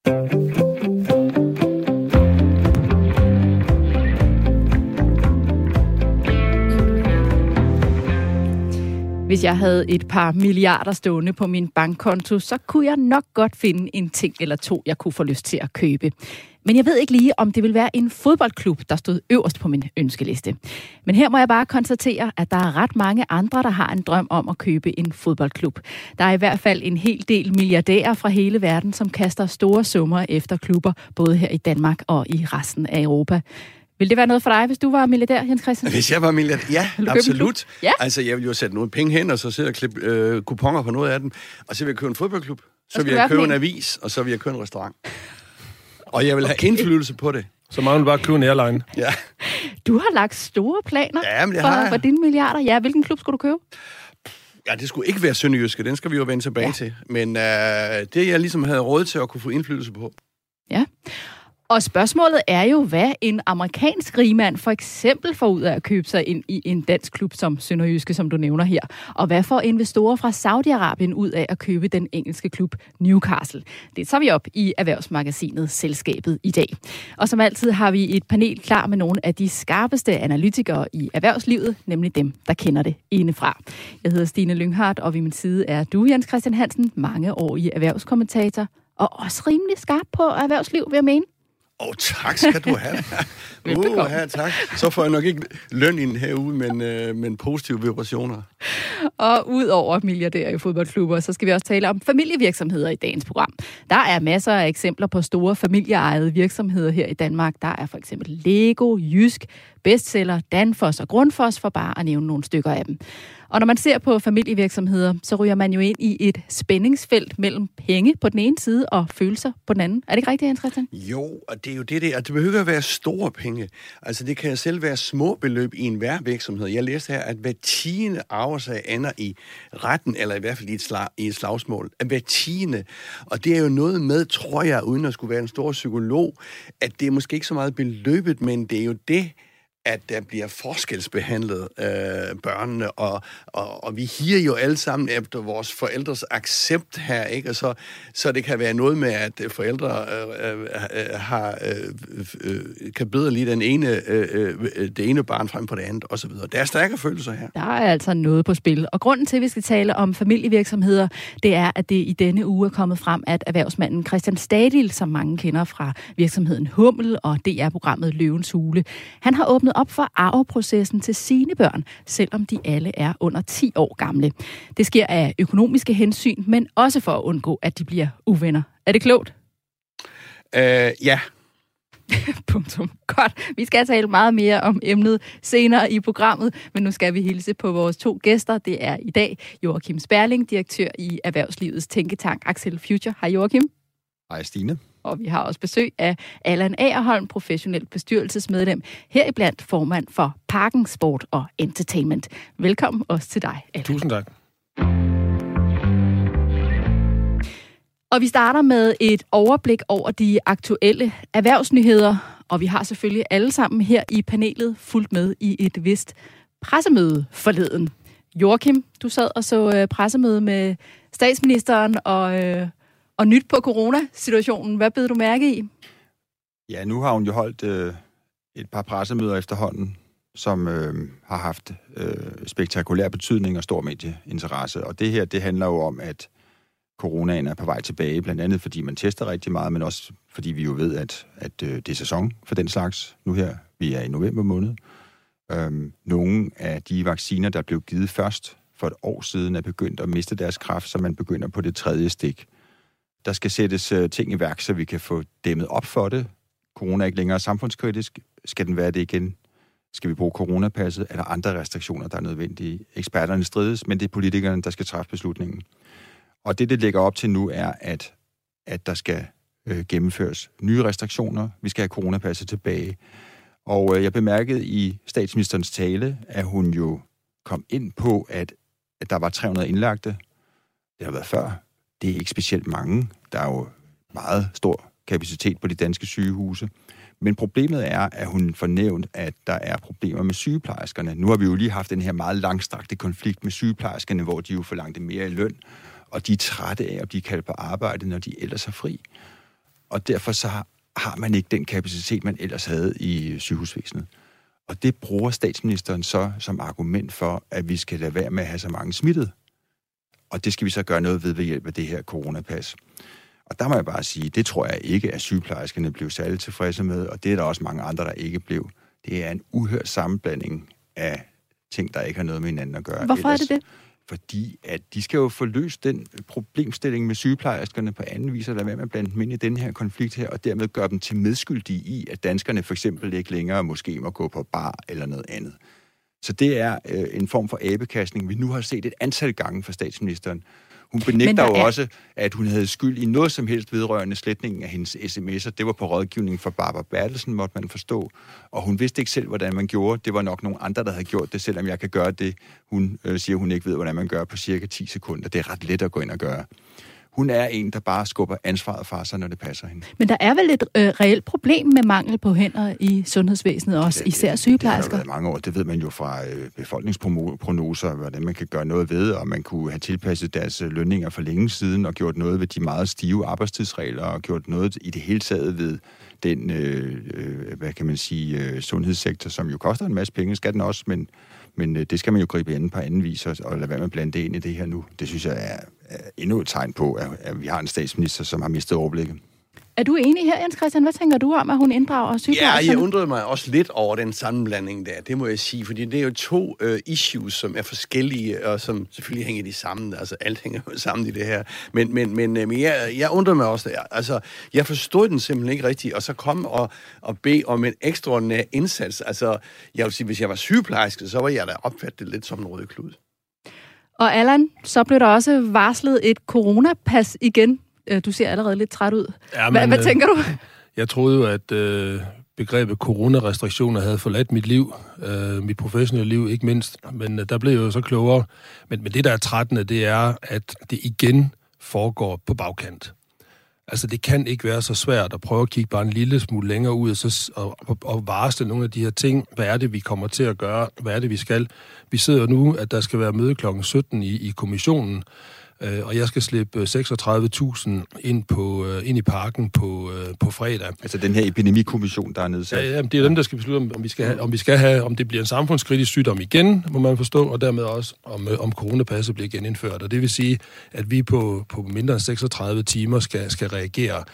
Hvis jeg havde et par milliarder stående på min bankkonto, så kunne jeg nok godt finde en ting eller to, jeg kunne få lyst til at købe. Men jeg ved ikke lige, om det vil være en fodboldklub, der stod øverst på min ønskeliste. Men her må jeg bare konstatere, at der er ret mange andre, der har en drøm om at købe en fodboldklub. Der er i hvert fald en hel del milliardærer fra hele verden, som kaster store summer efter klubber, både her i Danmark og i resten af Europa. Vil det være noget for dig, hvis du var milliardær, Jens Christian? Hvis jeg var milliardær? Ja, absolut. Ja. Altså, jeg ville jo sætte nogle penge hen, og så sidde og klippe kuponer på noget af dem. Og så vil jeg købe en fodboldklub. Så vil jeg købe en avis, og så vil jeg købe en restaurant. Og jeg vil have indflydelse på det. Så mangler du bare købe en airline. Ja. Du har lagt store planer for dine milliarder. Ja, hvilken klub skulle du købe? Ja, det skulle ikke være Sønderjyske. Den skal vi jo vende tilbage til. Men det, jeg ligesom havde råd til at kunne få indflydelse på. Ja. Og spørgsmålet er jo, hvad en amerikansk rigmand for eksempel får ud af at købe sig ind i en dansk klub som Sønderjyske, som du nævner her. Og hvad får investorer fra Saudi-Arabien ud af at købe den engelske klub Newcastle? Det tager vi op i erhvervsmagasinet Selskabet i dag. Og som altid har vi et panel klar med nogle af de skarpeste analytikere i erhvervslivet, nemlig dem, der kender det indefra. Jeg hedder Stine Lynghardt, og ved min side er du, Jens Christian Hansen, mangeårig erhvervskommentator, og også rimelig skarp på erhvervsliv, vil jeg mene. Tak skal du have. Tak. Så får jeg nok ikke løn ind herude, men positive vibrationer. Og udover milliardærer i fodboldklubber, så skal vi også tale om familievirksomheder i dagens program. Der er masser af eksempler på store familieejede virksomheder her i Danmark. Der er for eksempel Lego, Jysk, Bestseller, Danfoss og Grundfos, for bare at nævne nogle stykker af dem. Og når man ser på familievirksomheder, så ryger man jo ind i et spændingsfelt mellem penge på den ene side og følelser på den anden. Er det ikke rigtigt, Jens Christian? Jo, og det er jo det der. Det behøver at være store penge. Altså, det kan jo selv være små beløb i enhver virksomhed. Jeg læste her, at hver 10. arvesag ender i retten, eller i hvert fald i et slagsmål. At hver 10. Og det er jo noget med, tror jeg, uden at skulle være en stor psykolog, at det er måske ikke så meget beløbet, men det er jo det, at der bliver forskelsbehandlet børnene, og vi higer jo alle sammen efter vores forældres accept her, ikke? Og så det kan være noget med, at forældre kan bedre lige det ene barn frem på det andet, osv. Der er stærke følelser her. Der er altså noget på spil. Og grunden til, at vi skal tale om familievirksomheder, det er, at det i denne uge er kommet frem, at erhvervsmanden Christian Stadil, som mange kender fra virksomheden Hummel og DR-programmet Løvens Hule, han har åbnet op for arveprocessen til sine børn, selvom de alle er under 10 år gamle. Det sker af økonomiske hensyn, men også for at undgå, at de bliver uvenner. Er det klogt? Ja. Punktum. Godt. Vi skal tale meget mere om emnet senere i programmet, men nu skal vi hilse på vores 2 gæster. Det er i dag Joachim Sperling, direktør i Erhvervslivets Tænketank Axel Future. Hej Joachim. Hej Stine. Og vi har også besøg af Allan Agerholm, professionel bestyrelsesmedlem, heriblandt formand for Parken Sport og Entertainment. Velkommen også til dig, Allan. Tusind tak. Og vi starter med et overblik over de aktuelle erhvervsnyheder, og vi har selvfølgelig alle sammen her i panelet fulgt med i et vist pressemøde forleden. Joachim, du sad og så pressemøde med statsministeren og nyt på coronasituationen. Hvad bed du mærke i? Ja, nu har hun jo holdt et par pressemøder efterhånden, som har haft spektakulær betydning og stor medieinteresse. Og det her, det handler jo om, at coronaen er på vej tilbage, blandt andet fordi man tester rigtig meget, men også fordi vi jo ved, at det er sæson for den slags nu her. Vi er i november måned. Nogle af de vacciner, der blev givet først for et år siden, er begyndt at miste deres kraft, så man begynder på det 3. stik. Der skal sættes ting i værk, så vi kan få dæmmet op for det. Corona er ikke længere samfundskritisk. Skal den være det igen? Skal vi bruge coronapasset? Er der andre restriktioner, der er nødvendige? Eksperterne strides, men det er politikerne, der skal træffe beslutningen. Og det lægger op til nu, er, at der skal gennemføres nye restriktioner. Vi skal have coronapasset tilbage. Og jeg bemærkede i statsministerens tale, at hun jo kom ind på, at der var 300 indlagte. Det har været før. Det er ikke specielt mange. Der er jo meget stor kapacitet på de danske sygehuse. Men problemet er, at hun fornævnt, at der er problemer med sygeplejerskerne. Nu har vi jo lige haft den her meget langstrakte konflikt med sygeplejerskerne, hvor de jo forlangte mere i løn, og de er trætte af at blive kaldt på arbejde, når de ellers er fri. og derfor så har man ikke den kapacitet, man ellers havde i sygehusvæsenet. Og det bruger statsministeren så som argument for, at vi skal lade være med at have så mange smittede. Og det skal vi så gøre noget ved hjælp af det her coronapas. Og der må jeg bare sige, det tror jeg ikke, at sygeplejerskerne blev særligt tilfredse med, og det er der også mange andre, der ikke blev. Det er en uhørt sammenblanding af ting, der ikke har noget med hinanden at gøre. Hvorfor er det det? Fordi at de skal jo få løst den problemstilling med sygeplejerskerne på anden vis, og lade være med at blande dem ind i den her konflikt her, og dermed gøre dem til medskyldige i, at danskerne for eksempel ikke længere måske må gå på bar eller noget andet. Så det er en form for abekastning, vi nu har set et antal gange fra statsministeren. Hun benægter jo også, at hun havde skyld i noget som helst vedrørende sletningen af hendes sms'er. Det var på rådgivning fra Barbara Bertelsen, måtte man forstå. Og hun vidste ikke selv, hvordan man gjorde. Det var nok nogle andre, der havde gjort det, selvom jeg kan gøre det. Hun siger, hun ikke ved, hvordan man gør på cirka 10 sekunder. Det er ret let at gå ind og gøre. Hun er en, der bare skubber ansvaret fra sig, når det passer hende. Men der er vel et reelt problem med mangel på hænder i sundhedsvæsenet, også især sygeplejersker? Det har været mange år. Det ved man jo fra befolkningsprognoser, hvordan man kan gøre noget ved, og man kunne have tilpasset deres lønninger for længe siden, og gjort noget ved de meget stive arbejdstidsregler, og gjort noget i det hele taget ved den, hvad kan man sige, sundhedssektor, som jo koster en masse penge, skal den også, men det skal man jo gribe an på anden vis, og lade være med at blande det ind i det her nu. Det synes jeg er endnu et tegn på, at vi har en statsminister, som har mistet overblikket. Er du enig her, Jens Christian? Hvad tænker du om, at hun inddrager sygeplejerskerne? Ja, jeg undrede mig også lidt over den sammenblanding der, det må jeg sige, fordi det er jo to issues, som er forskellige, og som selvfølgelig hænger de sammen. Altså, alt hænger jo sammen i det her. Men jeg undrede mig også der. Altså, jeg forstod den simpelthen ikke rigtigt, og så kom og bede om en ekstraordinær indsats. Altså, jeg vil sige, hvis jeg var sygeplejerske, så var jeg da opfattet lidt som en rød klud. Og Allan, så blev der også varslet et coronapas igen. Du ser allerede lidt træt ud. Ja, hvad tænker du? Jeg troede jo, at begrebet coronarestriktioner havde forladt mit liv, mit professionelle liv ikke mindst, men der blev jo så klogere. Men det, der er trættende, det er, at det igen foregår på bagkant. Altså, det kan ikke være så svært at prøve at kigge bare en lille smule længere ud og varsle nogle af de her ting. Hvad er det, vi kommer til at gøre? Hvad er det, vi skal? Vi sidder jo nu, at der skal være møde kl. 17 i kommissionen, og jeg skal slippe 36.000 ind i parken på fredag. Altså den her epidemikommission, der er nedsat? Ja, det er dem, der skal beslutte, om det bliver en samfundskritisk sygdom igen, må man forstå, og dermed også, om coronapasset bliver genindført. Og det vil sige, at vi på mindre end 36 timer skal reagere.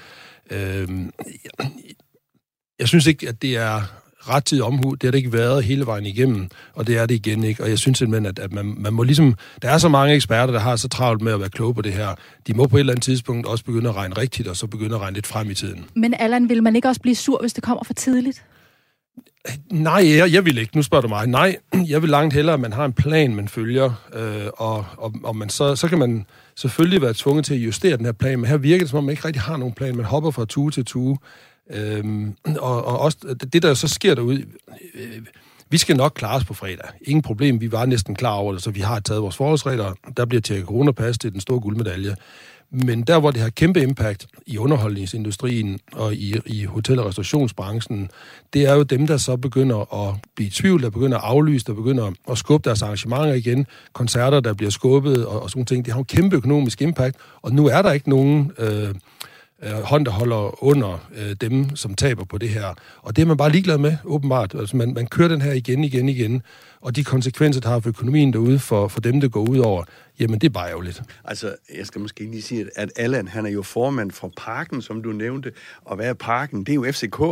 Jeg synes ikke, at det er rettidig omhu. Det har det ikke været hele vejen igennem, og det er det igen ikke. Og jeg synes simpelthen, at man må ligesom... Der er så mange eksperter, der har så travlt med at være kloge på det her. De må på et eller andet tidspunkt også begynde at regne rigtigt, og så begynde at regne lidt frem i tiden. Men Allan, vil man ikke også blive sur, hvis det kommer for tidligt? Nej, jeg vil ikke. Nu spørger du mig. Nej, jeg vil langt hellere, at man har en plan, man følger, og man så kan man selvfølgelig være tvunget til at justere den her plan, men her virker det, som om man ikke rigtig har nogen plan. Man hopper fra tue til tue. Og også det, der så sker derude, vi skal nok klare os på fredag. Ingen problem, vi var næsten klar over det, så vi har taget vores forholdsregler. Der bliver tjekket coronapas, det er den store guldmedalje. Men der, hvor det har kæmpe impact i underholdningsindustrien og i hotel- og restaurationsbranchen, det er jo dem, der så begynder at blive i tvivl, der begynder at aflyse, der begynder at skubbe deres arrangementer igen, koncerter, der bliver skubbet og sådan ting. Det har jo kæmpe økonomisk impact, og nu er der ikke nogen hånd, der holder under dem, som taber på det her. Og det er man bare ligeglad med, åbenbart. Altså, man kører den her igen, og de konsekvenser, der har for økonomien derude, for dem, det går ud over, jamen, det er bare ærgerligt. Altså, jeg skal måske lige sige, at Allan, han er jo formand for Parken, som du nævnte, og hvad er Parken? Det er jo FCK,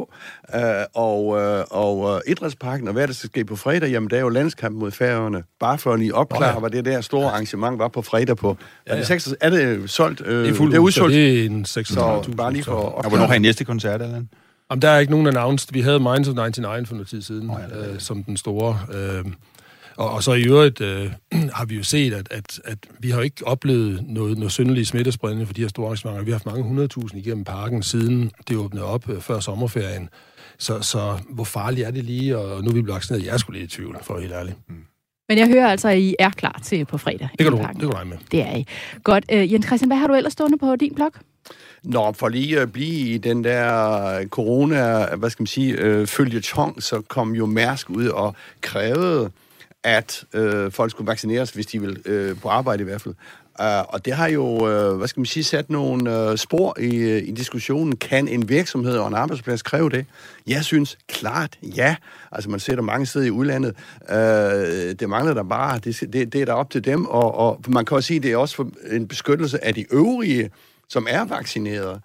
og Idrætsparken, og hvad er det, der skal ske på fredag? Jamen, der er jo landskamp mod Færøerne. Bare for at lige opklare, hvad det der store arrangement var på fredag på. Ja. Er det solgt? Det er fuldt ud, så det er en 36.000. Bare lige for at opklare. Og hvornår har I næste koncert, Allan? Jamen, der er ikke nogen announced. Vi havde Minds of 99 for noget tid siden, som den store. Og så i øvrigt har vi jo set, at vi har ikke oplevet noget synderligt smittespredning for de her store arrangementer. Vi har haft mange 100.000 igennem parken, siden det åbnede op før sommerferien. Så hvor farligt er det lige? Og nu er vi blevet vaccineret. Jeg er sgu lidt i tvivl, for helt ærligt. Men jeg hører altså, at I er klar til på fredag. Det kan du regne med. Det er I. Godt. Jens Christian, hvad har du ellers stående på din blog? Nå, for lige at blive i den der corona, følgetong, så kom jo Mærsk ud og krævede, at folk skulle vaccineres, hvis de vil på arbejde i hvert fald. Og det har jo, sat nogle spor i diskussionen. Kan en virksomhed og en arbejdsplads kræve det? Jeg synes klart ja. Altså man ser der mange steder i udlandet. Det mangler der bare. Det er der op til dem. Og man kan også sige, at det er også for en beskyttelse af de øvrige, som er vaccineret.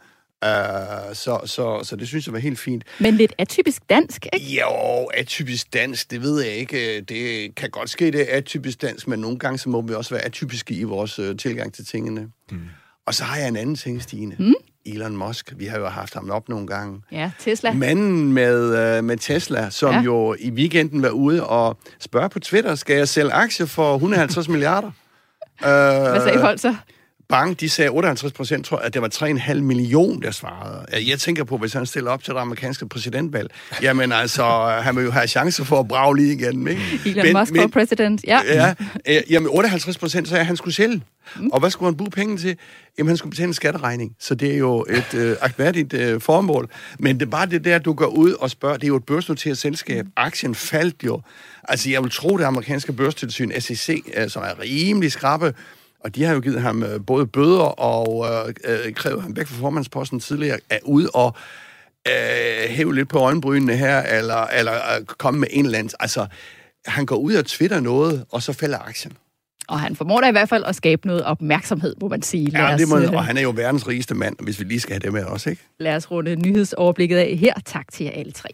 Så det synes jeg var helt fint. Men lidt atypisk dansk, ikke? Jo, atypisk dansk, det ved jeg ikke. Det kan godt ske, det er atypisk dansk, men nogle gange så må vi også være atypiske i vores tilgang til tingene. Og så har jeg en anden ting, Stine. Elon Musk, vi har jo haft ham op nogle gange. Ja, Tesla. Manden med Tesla, som jo i weekenden var ude og spørge på Twitter, skal jeg sælge aktier for 150 milliarder? Hvad sagde folk så? Bank, de sagde 58%, tror jeg, at det var 3,5 million, der svarede. Jeg tænker på, hvis han stiller op til det amerikanske præsidentvalg, jamen altså, han vil jo have chance for at brage lige igen, ikke? Elon Musk for president, ja. Jamen 58% sagde, at han skulle sælge. Og hvad skulle han bruge penge til? Jamen, han skulle betale en skatteregning. Så det er jo et agtværdigt formål. Men det er bare det der, du går ud og spørger. Det er jo et børsnoteret selskab. Aktien faldt jo. Altså, jeg vil tro, det amerikanske børstilsyn, SEC, som er rimelig skrappe, og de har jo givet ham både bøder og krævet ham væk fra formandsposten tidligere, er ude og hæve lidt på øjenbrynene her, eller komme med en eller anden. Altså, han går ud og twitter noget, og så falder aktien. Og han formår da i hvert fald at skabe noget opmærksomhed, må man sige. Og han er jo verdens rigeste mand, hvis vi lige skal have det med også, ikke? Lad os runde nyhedsoverblikket af her. Tak til jer alle tre.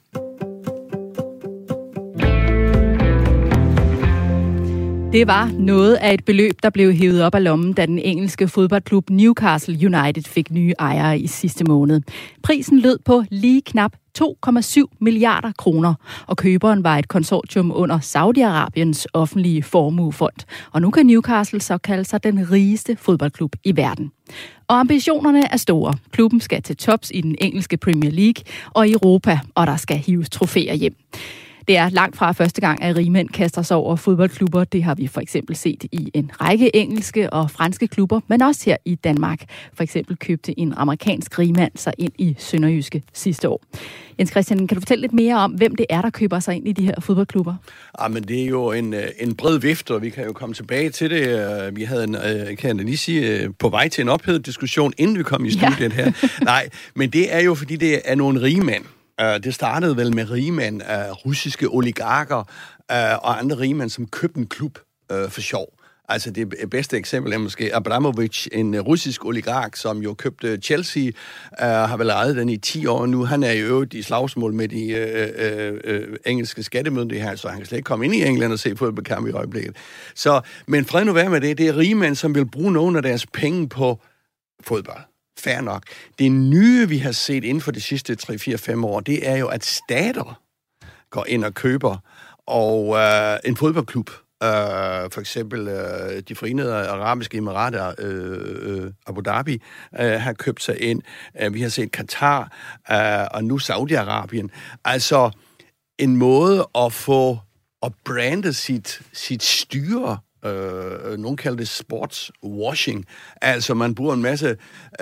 Det var noget af et beløb, der blev hævet op af lommen, da den engelske fodboldklub Newcastle United fik nye ejere i sidste måned. Prisen lød på lige knap 2,7 milliarder kroner, og køberen var et konsortium under Saudi-Arabiens offentlige formuefond. Og nu kan Newcastle så kalde sig den rigeste fodboldklub i verden. Og ambitionerne er store. Klubben skal til tops i den engelske Premier League og i Europa, og der skal hives trofæer hjem. Det er langt fra første gang, at rigmænd kaster sig over fodboldklubber. Det har vi for eksempel set i en række engelske og franske klubber, men også her i Danmark. For eksempel købte en amerikansk rigmand sig ind i Sønderjyske sidste år. Jens Christian, kan du fortælle lidt mere om, hvem det er, der køber sig ind i de her fodboldklubber? Men det er jo en bred vifte, og vi kan jo komme tilbage til det. Vi havde kan jeg lige sige, på vej til en ophedet diskussion, inden vi kom i studiet her. Nej, men det er jo, fordi det er nogle rigmænd. Det startede vel med rigmænd, russiske oligarker og andre rigmænd, som købte en klub for sjov. Altså det bedste eksempel er måske Abramovich, en russisk oligark, som jo købte Chelsea, har vel ejet den i 10 år nu. Han er i øvrigt i slagsmål med de engelske skattemyndigheder, så han kan slet ikke komme ind i England og se fodboldkamp i øjeblikket. Men fred nu være med det. Det er rigmænd, som vil bruge nogle af deres penge på fodbold. Fair nok. Det nye, vi har set inden for de sidste 3-4-5 år, det er jo, at stater går ind og køber og en fodboldklub. For eksempel de Forenede Arabiske Emirater, Abu Dhabi, har købt sig ind. Vi har set Katar og nu Saudi-Arabien. Altså en måde at få at brande sit styre. Nogen kalder det sportswashing. Altså, man bruger en masse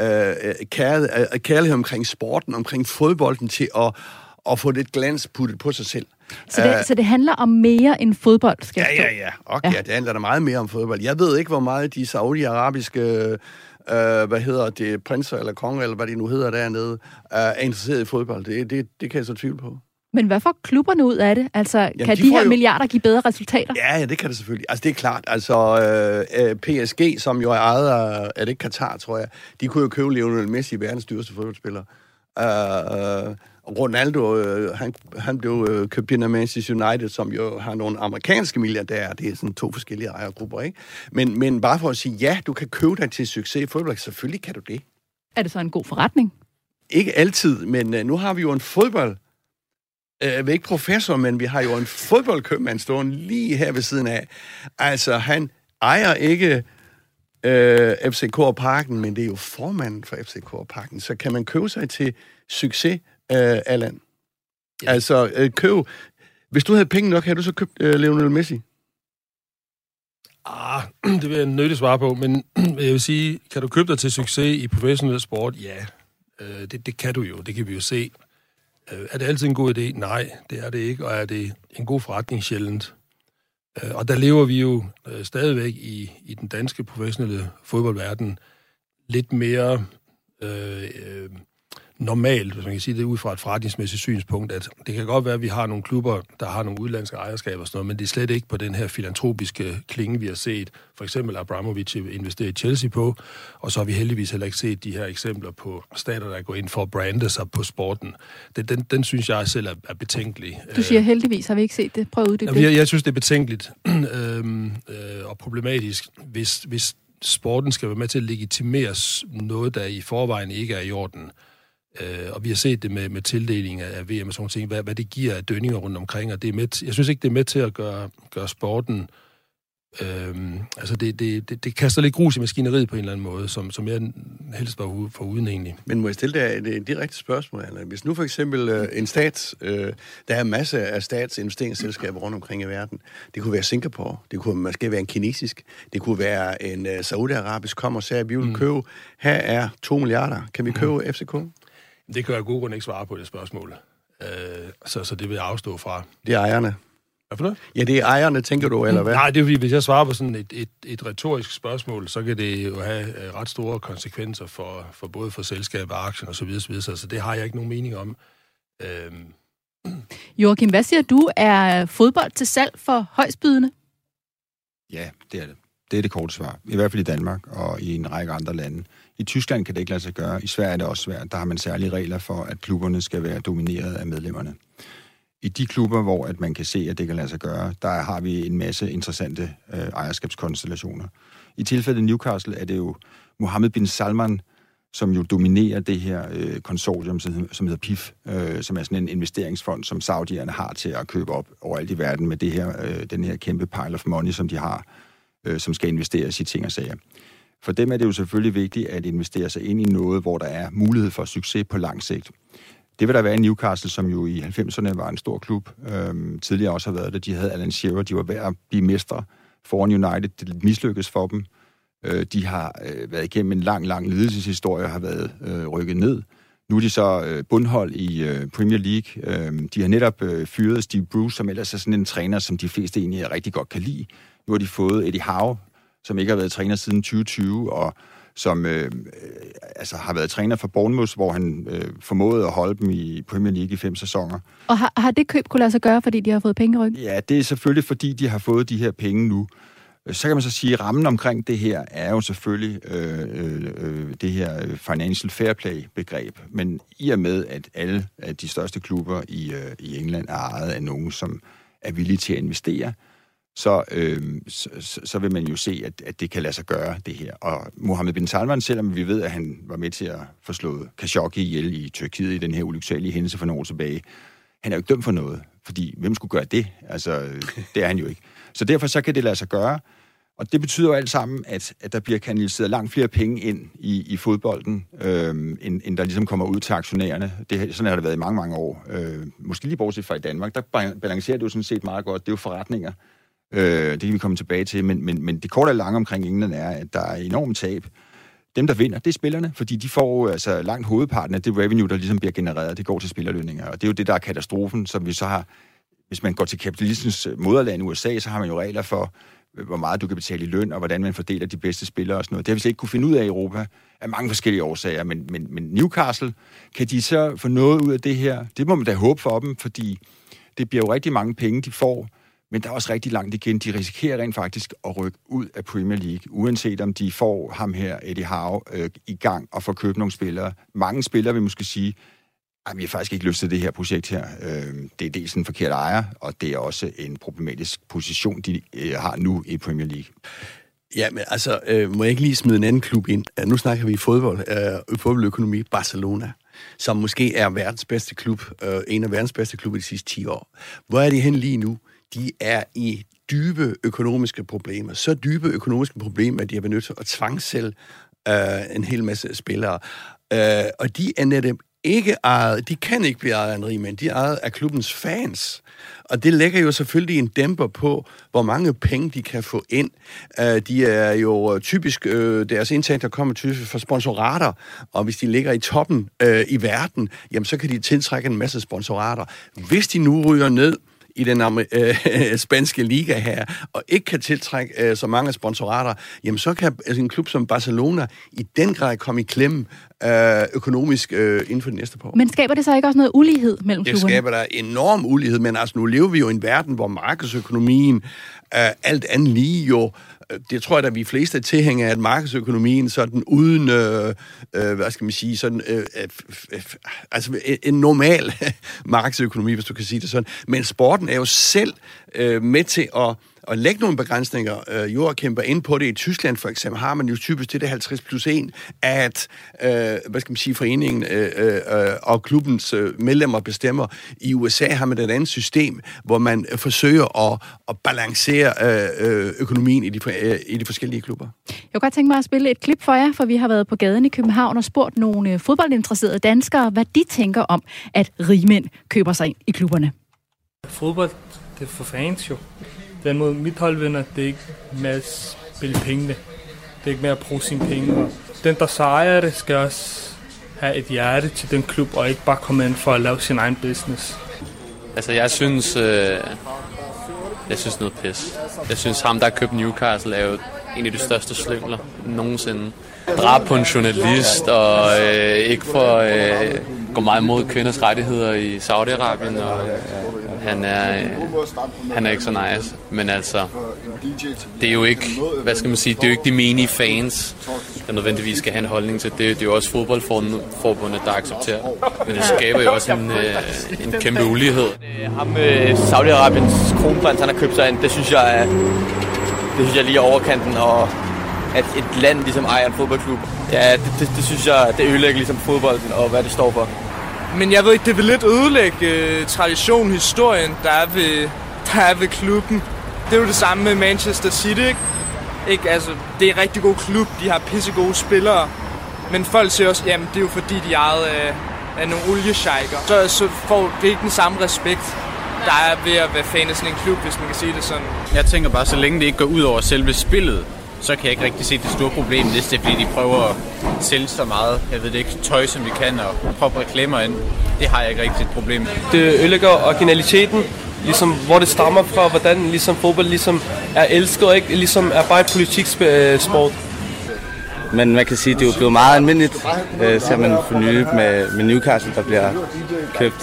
kærlighed omkring sporten, omkring fodbolden til at få lidt glans puttet på sig selv. Så det handler om mere end fodbold, skal jeg forstå? Ja. Okay, det handler da meget mere om fodbold. Jeg ved ikke, hvor meget de saudiarabiske prinser eller konger, eller hvad de nu hedder dernede, er interesseret i fodbold. Det kan jeg så tvivle på. Men hvad får klubberne ud af det? Altså, kan de her milliarder give bedre resultater? Ja, det kan det selvfølgelig. Altså, det er klart. Altså, PSG, som jo er ejet af det Katar, tror jeg, de kunne jo købe Lionel Messi, verdens dyreste fodboldspiller. Ronaldo, han blev købt ind af Manchester United, som jo har nogle amerikanske milliardærer. Det er sådan 2 forskellige ejergrupper, ikke? Men bare for at sige, ja, du kan købe dig til succes i fodbold. Selvfølgelig kan du det. Er det så en god forretning? Ikke altid, men nu har vi jo en fodbold. Vi er ikke professor, men vi har jo en fodboldkøbmand stående lige her ved siden af. Altså, han ejer ikke FCK og Parken, men det er jo formanden for FCK og Parken. Så kan man købe sig til succes, Allan? Ja. Altså, hvis du havde penge nok, havde du så købt Lionel Messi? Det vil jeg nødigt svare på, men jeg vil sige, kan du købe dig til succes i professionel sport? Ja, det kan du jo, det kan vi jo se. Er det altid en god idé? Nej, det er det ikke, og er det en god forretning sjældent. Og der lever vi jo stadigvæk i den danske professionelle fodboldverden lidt mere normalt, hvis man kan sige det ud fra et forretningsmæssigt synspunkt, at det kan godt være, at vi har nogle klubber, der har nogle udlandske ejerskaber og sådan noget, men det er slet ikke på den her filantropiske klinge, vi har set. For eksempel Abramovich investerer i Chelsea på, og så har vi heldigvis heller ikke set de her eksempler på stater, der går ind for at brande sig på sporten. Den synes jeg selv er betænkelig. Du siger heldigvis, har vi ikke set det? Prøv at uddybe det. Jeg synes, det er betænkeligt og problematisk, hvis sporten skal være med til at legitimere noget, der i forvejen ikke er i orden. Og vi har set det med tildeling af VM og sådan ting, hvad det giver af dønninger rundt omkring, og det er med, jeg synes ikke, det er med til at gøre sporten, altså det kaster lidt grus i maskineriet på en eller anden måde, som jeg helst var foruden egentlig. Men må jeg stille dig et direkte spørgsmål, Anna? Hvis nu for eksempel en stat, der er masser af statsinvesteringsselskaber rundt omkring i verden, det kunne være Singapore, det kunne måske være en kinesisk, det kunne være en saudiarabisk, kommer og siger, at vi vil købe, her er 2 milliarder, kan vi købe FCK? Det kan jeg af gode grunde ikke svare på det spørgsmål. Så det vil jeg afstå fra. Det er ejerne. Hvad for noget? Ja, det er ejerne, tænker du, eller hvad? Nej, det er fordi, hvis jeg svarer på sådan et retorisk spørgsmål, så kan det jo have ret store konsekvenser for både for selskab og aktien og så videre, så det har jeg ikke nogen mening om. Joachim, hvad siger du? Er fodbold til salg for højstbydende? Ja, det er det. Det er det korte svar. I hvert fald i Danmark og i en række andre lande. I Tyskland kan det ikke lade sig gøre. I Sverige er det også svært. Der har man særlige regler for, at klubberne skal være domineret af medlemmerne. I de klubber, hvor at man kan se, at det kan lade sig gøre, der har vi en masse interessante ejerskabskonstellationer. I tilfældet Newcastle er det jo Mohammed bin Salman, som jo dominerer det her konsortium, som hedder PIF, som er sådan en investeringsfond, som saudierne har til at købe op overalt i verden med det her, den her kæmpe pile of money, som de har, som skal investeres i ting og sager. For dem er det jo selvfølgelig vigtigt at investere sig ind i noget, hvor der er mulighed for succes på lang sigt. Det vil der være i Newcastle, som jo i 90'erne var en stor klub. Tidligere også har været det. De havde Alan Shearer, de var ved at blive mestre foran United. Det mislykkedes for dem. De har været igennem en lang ledelseshistorie og har været rykket ned. Nu er de så bundhold i Premier League. De har netop fyret Steve Bruce, som ellers er sådan en træner, som de fleste egentlig rigtig godt kan lide. Nu har de fået Eddie Howe, som ikke har været træner siden 2020, og som har været træner for Bournemouth, hvor han formåede at holde dem i Premier League i 5 sæsoner. Og har det køb kunne lade sig gøre, fordi de har fået penge i ryggen? Ja, det er selvfølgelig, fordi de har fået de her penge nu. Så kan man så sige, at rammen omkring det her er jo selvfølgelig det her financial fair play-begreb. Men i og med, at alle af de største klubber i England er ejet af nogen, som er villige til at investere, så vil man jo se, at det kan lade sig gøre, det her. Og Mohammed bin Salman, selvom vi ved, at han var med til at få slået Khashoggi ihjel i Tyrkiet i den her ulyksalige hændelse for nogle år tilbage, han er jo ikke dømt for noget, fordi hvem skulle gøre det? Altså, det er han jo ikke. Så derfor så kan det lade sig gøre, og det betyder jo alt sammen, at der bliver kanaliseret langt flere penge ind i fodbolden, end der ligesom kommer ud til aktionærerne. Sådan har det været i mange år. Måske lige bortset fra i Danmark, der balancerer det jo sådan set meget godt. Det er jo forretninger. Det kan vi komme tilbage til, men det korte og lange omkring England er, at der er enormt tab. Dem, der vinder, det er spillerne, fordi de får altså langt hovedparten af det revenue, der ligesom bliver genereret, det går til spillerlønninger. Og det er jo det, der er katastrofen, som vi så har. Hvis man går til kapitalistens moderland i USA, så har man jo regler for, hvor meget du kan betale i løn, og hvordan man fordeler de bedste spillere og sådan noget. Det har vi slet ikke kunne finde ud af i Europa, af mange forskellige årsager. Men Newcastle, kan de så få noget ud af det her? Det må man da håbe for dem, fordi det bliver jo rigtig mange penge, de får. Men der er også rigtig langt igen. De risikerer rent faktisk at rykke ud af Premier League, uanset om de får ham her, Eddie Howe, i gang og får købt nogle spillere. Mange spillere vil måske sige, at vi har faktisk ikke lyst til det her projekt her. Det er dels en forkert ejer, og det er også en problematisk position, de har nu i Premier League. Ja, men altså, må jeg ikke lige smide en anden klub ind? Nu snakker vi fodboldøkonomi, Barcelona, som måske er verdens bedste klub, en af verdens bedste klubber de sidste 10 år. Hvor er de hen lige nu? De er i dybe økonomiske problemer. Så dybe økonomiske problemer, at de har været nødt til at tvangssælge en hel masse spillere. Og de er netop ikke ejet, de kan ikke blive ejet af en rigmand, de er ejet af klubbens fans. Og det lægger jo selvfølgelig en dæmper på, hvor mange penge de kan få ind. De er jo typisk, deres indtægter kommer typisk fra sponsorater, og hvis de ligger i toppen i verden, jamen så kan de tiltrække en masse sponsorater. Hvis de nu ryger ned i den spanske liga her, og ikke kan tiltrække så mange sponsorater, jamen så kan en klub som Barcelona i den grad komme i klemme økonomisk inden for det næste par år. Men skaber det så ikke også noget ulighed mellem klubberne? Det skaber der enorm ulighed, men altså nu lever vi jo i en verden, hvor markedsøkonomien alt andet lige jo, det tror jeg, at vi fleste er tilhængere af, at markedsøkonomien sådan uden, hvad skal man sige, sådan, altså en normal markedsøkonomi, hvis du kan sige det sådan. Men sporten er jo selv med til at lægge nogle begrænsninger. Joachim var inde på det. I Tyskland for eksempel har man jo typisk det 50+1, at hvad skal man sige, foreningen og klubbens medlemmer bestemmer. I USA har man et andet system, hvor man forsøger at balancere økonomien i de forskellige klubber. Jeg kunne godt tænke mig at spille et klip for jer, for vi har været på gaden i København og spurgt nogle fodboldinteresserede danskere, hvad de tænker om, at rigmænd køber sig ind i klubberne. Fodbold, det er for fans jo. Den måde mit hold vinder, det er ikke med at spille pengene. Det er ikke med at bruge sine penge. Og den, der sejrer det, skal også have et hjerte til den klub, og ikke bare komme ind for at lave sin egen business. Altså, jeg synes noget pis. Jeg synes, ham, der har købt Newcastle, er jo en af de største slyngler nogensinde. Drab på en journalist, og ikke for gå meget imod kvinders rettigheder i Saudi-Arabien, og han er ikke så nice. Men altså, det er jo ikke, hvad skal man sige, det er jo ikke de menige fans, der nødvendigvis skal have en holdning til det. Det er jo også fodboldforbundet, der accepterer. Men det skaber jo også en kæmpe ulighed. Ham Saudi-Arabiens kronprins, han har købt sig ind, det synes jeg er lige overkanten, og at et land ligesom ejer en fodboldklub, ja, det synes jeg, det ødelægger ligesom fodbolden og hvad det står for. Men jeg ved ikke, det vil lidt ødelægge traditionen, historien, der er ved klubben. Det er jo det samme med Manchester City, ikke? Altså, det er en rigtig god klub, de har pissegode spillere, men folk siger også, jamen det er jo fordi, de er ejet af nogle olieshejker. Så får det ikke den samme respekt, der er ved at være fan af sådan en klub, hvis man kan sige det sådan. Jeg tænker bare, så længe det ikke går ud over selve spillet, så kan jeg ikke rigtig se det store problem, hvis det er, fordi de prøver at sælge så meget, jeg ved det ikke, tøj som vi kan, og proppe reklamer ind. Det har jeg ikke rigtig et problem med. Det ødelægger originaliteten, ligesom hvor det stammer fra, hvordan ligesom fodbold ligesom er elsket, og ikke ligesom er bare et politiksport. Men man kan sige, at det er jo blevet meget almindeligt, ser man for nylig med Newcastle, der bliver købt.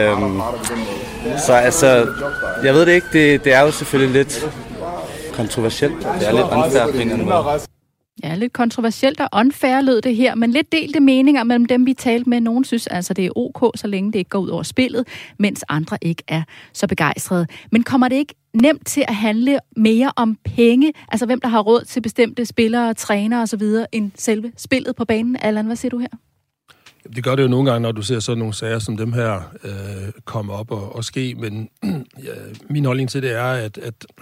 Så altså, jeg ved det ikke, det er jo selvfølgelig lidt kontroversielt. Det er lidt unfair på en eller anden måde. Ja, lidt kontroversielt og unfair lød det her, men lidt delte meninger mellem dem, vi talte med. Nogen synes altså, det er ok, så længe det ikke går ud over spillet, mens andre ikke er så begejstrede. Men kommer det ikke nemt til at handle mere om penge, altså hvem der har råd til bestemte spillere, trænere osv., end selve spillet på banen? Allan, hvad siger du her? Det gør det jo nogle gange, når du ser sådan nogle sager som dem her komme op og ske, men min holdning til det er, at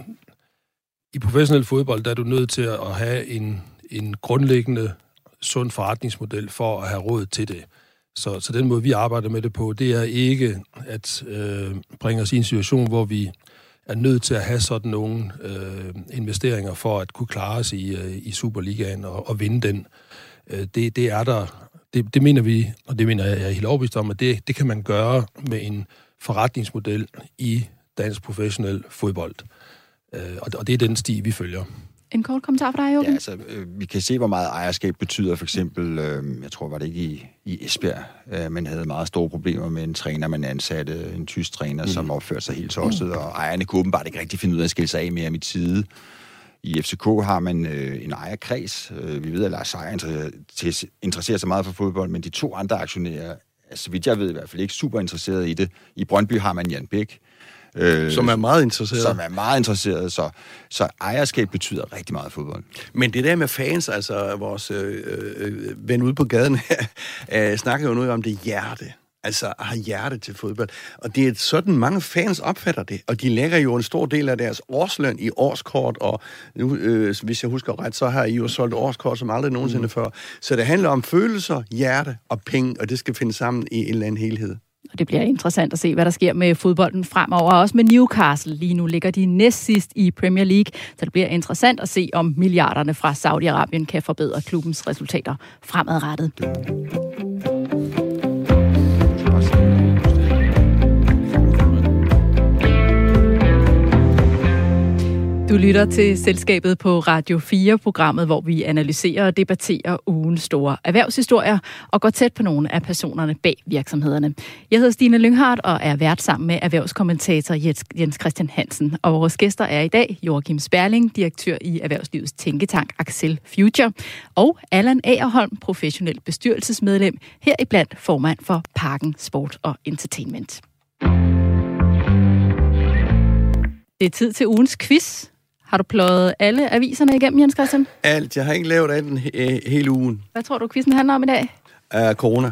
i professionel fodbold, der er du nødt til at have en grundlæggende sund forretningsmodel for at have råd til det. Så den måde, vi arbejder med det på, det er ikke at bringe os i en situation, hvor vi er nødt til at have sådan nogle investeringer for at kunne klare os i Superligaen og vinde den. Det er der. Det mener vi, og det mener jeg er helt overbevist om, at det kan man gøre med en forretningsmodel i dansk professionel fodbold. Og det er den sti, vi følger. En kort kommentar fra dig, Joachim? Ja, altså, vi kan se, hvor meget ejerskab betyder. For eksempel, jeg tror, var det ikke i Esbjerg, man havde meget store problemer med en træner, man ansatte en tysk træner, som opførte sig helt tosset, og ejerne kunne åbenbart ikke rigtig finde ud af at skille sig af mere mit side. I FCK har man en ejerkreds. Vi ved, at Lars Seier interesserer sig meget for fodbold, men de to andre aktionærer, så vidt jeg ved i hvert fald ikke super interesserede i det. I Brøndby har man Jan Bæk, som er meget interesseret. Så ejerskab betyder rigtig meget fodbold. Men det der med fans, altså vores ven ude på gaden her, snakker jo noget om det hjerte. Altså har hjerte til fodbold. Og det er sådan, mange fans opfatter det. Og de lægger jo en stor del af deres årsløn i årskort. Og nu, hvis jeg husker ret, så har I jo solgt årskort som aldrig nogensinde før. Så det handler om følelser, hjerte og penge, og det skal finde sammen i en eller anden helhed. Og det bliver interessant at se, hvad der sker med fodbolden fremover. Også med Newcastle. Lige nu ligger de næstsidst i Premier League. Så det bliver interessant at se, om milliarderne fra Saudi-Arabien kan forbedre klubbens resultater fremadrettet. Du lytter til Selskabet på Radio 4-programmet, hvor vi analyserer og debatterer ugens store erhvervshistorier og går tæt på nogle af personerne bag virksomhederne. Jeg hedder Stine Lynghardt og er vært sammen med erhvervskommentator Jens Christian Hansen. Og vores gæster er i dag Joachim Sperling, direktør i Erhvervslivets tænketank Axel Future, og Allan Agerholm, professionel bestyrelsesmedlem, heriblandt formand for Parken Sport og Entertainment. Det er tid til ugens quiz. Har du pløjet alle aviserne igennem, Jens Christian? Alt. Jeg har ikke lavet af den hele ugen. Hvad tror du, quizzen handler om i dag? Corona.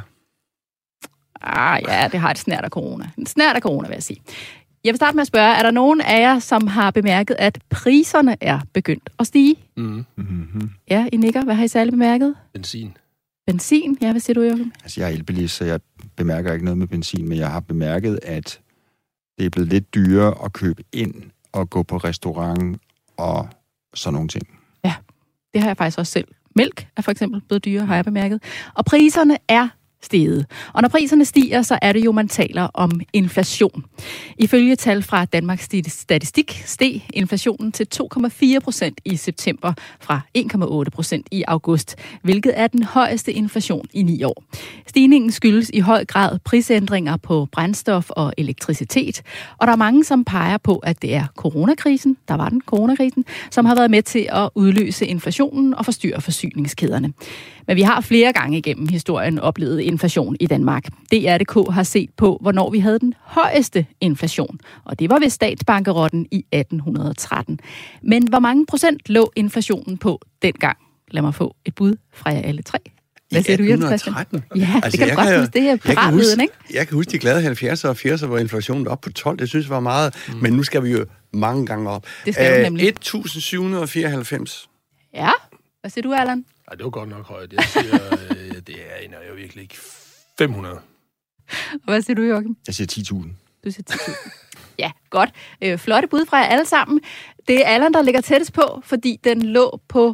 Ja, det har et snært af corona. En snært af corona, vil jeg sige. Jeg vil starte med at spørge, er der nogen af jer, som har bemærket, at priserne er begyndt at stige? Ja, I nikker. Hvad har I særligt bemærket? Benzin? Ja, hvad siger du, Joachim? Altså, jeg er elbilist, så jeg bemærker ikke noget med benzin, men jeg har bemærket, at det er blevet lidt dyrere at købe ind og gå på restaurant og sådan nogle ting. Ja, det har jeg faktisk også selv. Mælk er for eksempel blevet dyrere, har jeg bemærket. Og priserne er steget. Og når priserne stiger, så er det jo, man taler om inflation. Ifølge tal fra Danmarks Statistik steg inflationen til 2,4% i september fra 1,8% i august, hvilket er den højeste inflation i 9 år. Stigningen skyldes i høj grad prisændringer på brændstof og elektricitet, og der er mange, som peger på, at det er coronakrisen, som har været med til at udløse inflationen og forstyrre forsyningskæderne. Men vi har flere gange igennem historien oplevet inflation i Danmark. DRDK har set på, hvornår vi havde den højeste inflation, og det var ved statsbankerotten i 1813. Men hvor mange procent lå inflationen på dengang? Lad mig få et bud fra jer alle tre. Hvad siger du, Jens Christian? Ja, altså, det kan du godt huske, det her piratviden, ikke? Jeg kan huske de glade 70'er og 80'er, hvor inflationen var op på 12. Det synes jeg var meget, men nu skal vi jo mange gange op. Det skal du nemlig. 1794. Ja, hvad siger du, Allan? Nej, det var godt nok højt. Jeg siger, det er jo virkelig ikke 500. Og hvad siger du, Joachim? Jeg siger 10.000. Du siger 10.000. Ja, godt. Flotte bud fra jer alle sammen. Det er Allan, der ligger tættest på, fordi den lå på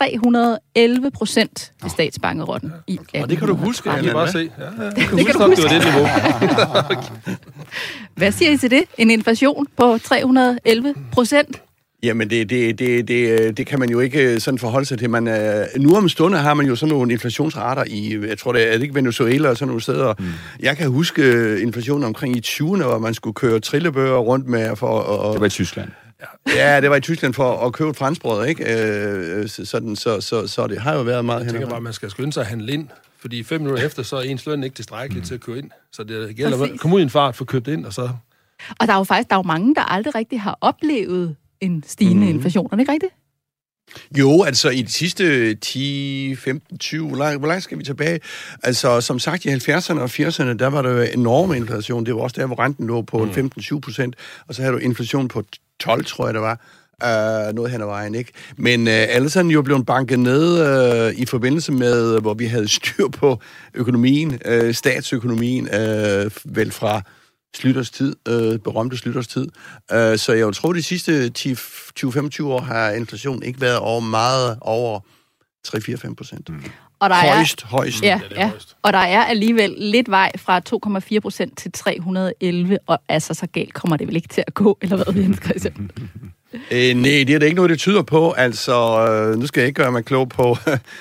311% ved statsbankerotten i 1813. Og det kan du huske, Allan, bare se. Det kan du huske. Det var det niveau. Hvad siger I til det? En inflation på 311%? Jamen, det kan man jo ikke sådan forholde sig til. Nu om stunder har man jo sådan nogle inflationsrater i, jeg tror, det er ikke Venezuela og sådan nogle steder. Jeg kan huske inflationen omkring i 20'erne, hvor man skulle køre trillebøger rundt med for at... Det var i Tyskland. Ja, det var i Tyskland for at købe et franskbrød, ikke? Så det har jo været meget hen. Jeg tænker bare, at man skal skynde sig at handle ind, fordi 5 minutter efter, så er ens løn ikke tilstrækkeligt til at købe ind. Så det gælder at komme ud i en fart, få købt ind, og så... Og der er jo mange, der aldrig rigtig har oplevet en stigende inflation, er det ikke rigtigt? Jo, altså i de sidste 10, 15, 20, hvor langt skal vi tilbage? Altså som sagt i 70'erne og 80'erne, der var der jo enorm inflation. Det var også der, hvor renten lå på 15-20%, og så havde du inflation på 12, tror jeg det var. Noget hen ad vejen, ikke? Men alle sådan jo blev banket ned i forbindelse med, hvor vi havde styr på økonomien, statsøkonomien, vel fra Slytters tid, berømte Slytters tid. Så jeg tror, de sidste 20-25 år har inflationen ikke været meget over 3-4-5%. Og der højst. Ja. Og der er alligevel lidt vej fra 2,4% til 311, og altså så galt kommer det vel ikke til at gå, eller hvad, Jens Christian? Nej, det er da ikke noget, det tyder på. Altså, nu skal jeg ikke gøre mig klog på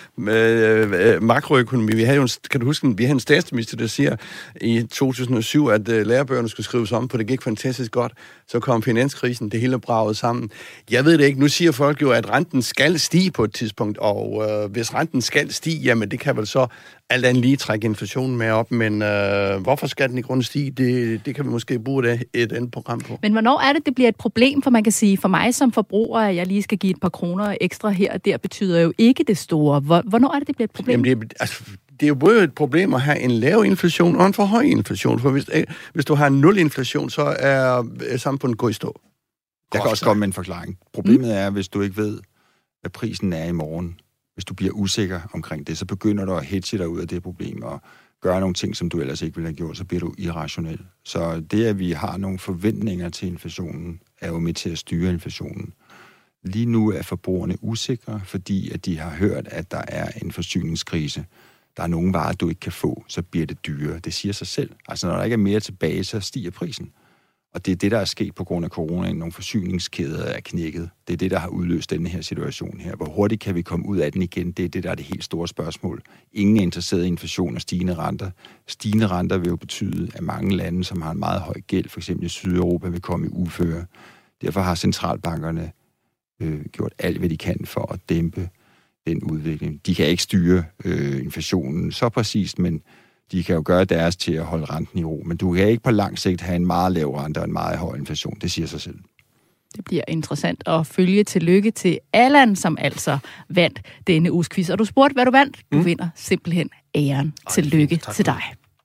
makroøkonomi. Kan du huske, vi havde en statsminister, der siger i 2007, at lærebøgerne skulle skrives om, for det gik fantastisk godt. Så kom finanskrisen, det hele braget sammen. Jeg ved det ikke. Nu siger folk jo, at renten skal stige på et tidspunkt, og hvis renten skal stige, jamen det kan vel så alt andet lige trække inflationen med op, men hvorfor skal den i grunden stige? Det kan vi måske bruge et andet program på. Men hvornår er det bliver et problem? For man kan sige, for mig som forbruger, at jeg lige skal give et par kroner ekstra her og der, betyder jo ikke det store. Hvornår er det bliver et problem? Jamen det er jo både et problem at have en lav inflation og en for høj inflation. For hvis du har 0 inflation, så er samfundet gået i stå. Jeg kan også komme med en forklaring. Problemet er, hvis du ikke ved, hvad prisen er i morgen. Hvis du bliver usikker omkring det, så begynder du at hedge dig ud af det problem og gøre nogle ting, som du ellers ikke ville have gjort, så bliver du irrationel. Så det, at vi har nogle forventninger til inflationen, er jo med til at styre inflationen. Lige nu er forbrugerne usikre, fordi at de har hørt, at der er en forsyningskrise. Der er nogle varer, du ikke kan få, så bliver det dyrere. Det siger sig selv. Altså, når der ikke er mere tilbage, så stiger prisen. Og det er det, der er sket på grund af corona. Nogle forsyningskæder er knækket. Det er det, der har udløst denne her situation her. Hvor hurtigt kan vi komme ud af den igen? Det er det, der er det helt store spørgsmål. Ingen er interesseret i inflation og stigende renter. Stigende renter vil jo betyde, at mange lande, som har en meget høj gæld, f.eks. i Sydeuropa, vil komme i uføre. Derfor har centralbankerne gjort alt, hvad de kan for at dæmpe den udvikling. De kan ikke styre inflationen så præcist, men de kan jo gøre deres til at holde renten i ro. Men du kan ikke på lang sigt have en meget lav rente og en meget høj inflation. Det siger sig selv. Det bliver interessant at følge. Tillykke til Allan, som altså vandt denne uges quiz. Og du spurgte, hvad du vandt. Du vinder simpelthen æren. Tillykke til dig.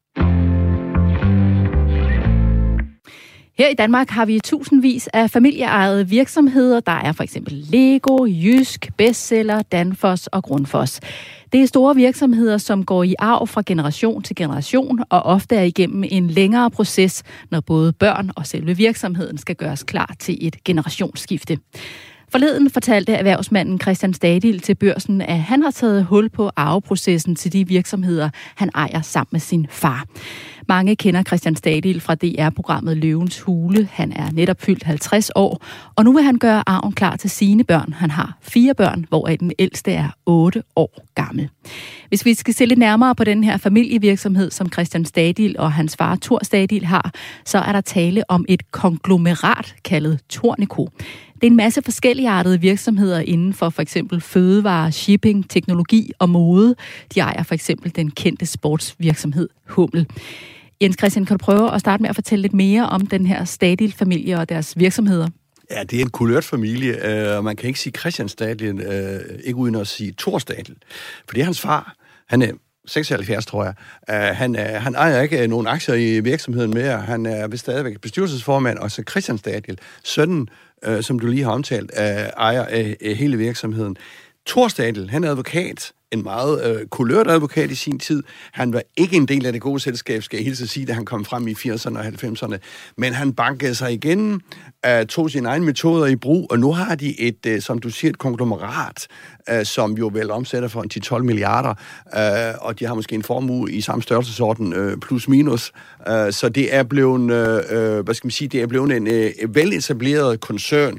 Her i Danmark har vi tusindvis af familieejede virksomheder. Der er for eksempel Lego, Jysk, Bestseller, Danfoss og Grundfos. Det er store virksomheder, som går i arv fra generation til generation, og ofte er igennem en længere proces, når både børn og selve virksomheden skal gøres klar til et generationsskifte. Forleden fortalte erhvervsmanden Christian Stadil til Børsen, at han har taget hul på arveprocessen til de virksomheder, han ejer sammen med sin far. Mange kender Christian Stadil fra DR-programmet Løvens Hule. Han er netop fyldt 50 år, og nu vil han gøre arven klar til sine børn. Han har 4 børn, hvoraf den ældste er 8 år gammel. Hvis vi skal se lidt nærmere på den her familievirksomhed, som Christian Stadil og hans far Thor Stadil har, så er der tale om et konglomerat kaldet Tornico. Det er en masse forskelligartede virksomheder inden for eksempel fødevare, shipping, teknologi og mode. De ejer for eksempel den kendte sportsvirksomhed Hummel. Jens Christian, kan du prøve at starte med at fortælle lidt mere om den her Stadil-familie og deres virksomheder? Ja, det er en kulørt familie, og man kan ikke sige Christian Stadil, ikke uden at sige Thor Stadil. For det er hans far. Han er 76, tror jeg. Han ejer ikke nogen aktier i virksomheden mere. Han er stadigvæk bestyrelsesformand, og så Christian Stadil, sønnen, som du lige har omtalt, ejer af hele virksomheden. Thor Stadil, han er advokat, en meget kulørt advokat i sin tid. Han var ikke en del af det gode selskab, skal jeg hilse at sige, da han kom frem i 80'erne og 90'erne. Men han bankede sig igen, tog sine egne metoder i brug, og nu har de et, som du siger, et konglomerat, som jo vel omsætter for 10-12 milliarder, og de har måske en formue i samme størrelsesorden, plus minus. Så det er blevet, det er blevet en veletableret koncern.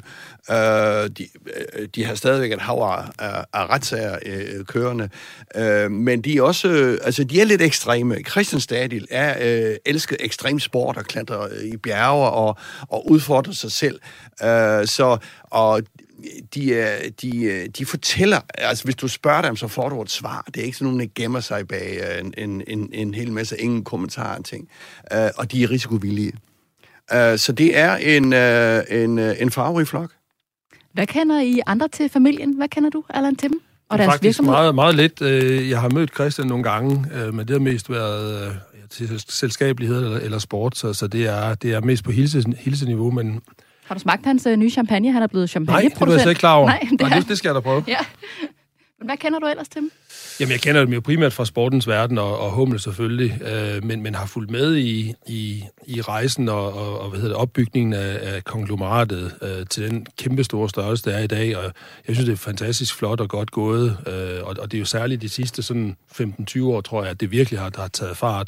De har stadigvæk et hav af retssager kørende, men de er også, de er lidt ekstreme. Christian Stadil elsker ekstrem sport og klatrer i bjerge og udfordrer sig selv. De fortæller, altså hvis du spørger dem, så får du et svar. Det er ikke sådan nogen, der gemmer sig bag en hel masse ingen kommentarer ting. Og de er risikovillige. Så det er en farverig flok. Hvad kender I andre til familien? Hvad kender du, Allan, til dem? Og deres faktisk virksomhed? meget, meget lidt. Jeg har mødt Christian nogle gange, men det har mest været til selskabelighed eller sport, så det er mest på hilseniveau, men... Har du smagt hans nye champagne? Han er blevet champagneproducent. Nej, det var jeg slet ikke klar over. Nej, det skal jeg da prøve. Ja. Men hvad kender du ellers til dem? Jamen, jeg kender dem jo primært fra sportens verden og Hummel selvfølgelig, men har fulgt med i rejsen og opbygningen af konglomeratet til den kæmpe store størrelse, der er i dag, og jeg synes, det er fantastisk flot og godt gået, og det er jo særligt de sidste sådan 15-20 år, tror jeg, at det virkelig har taget fart.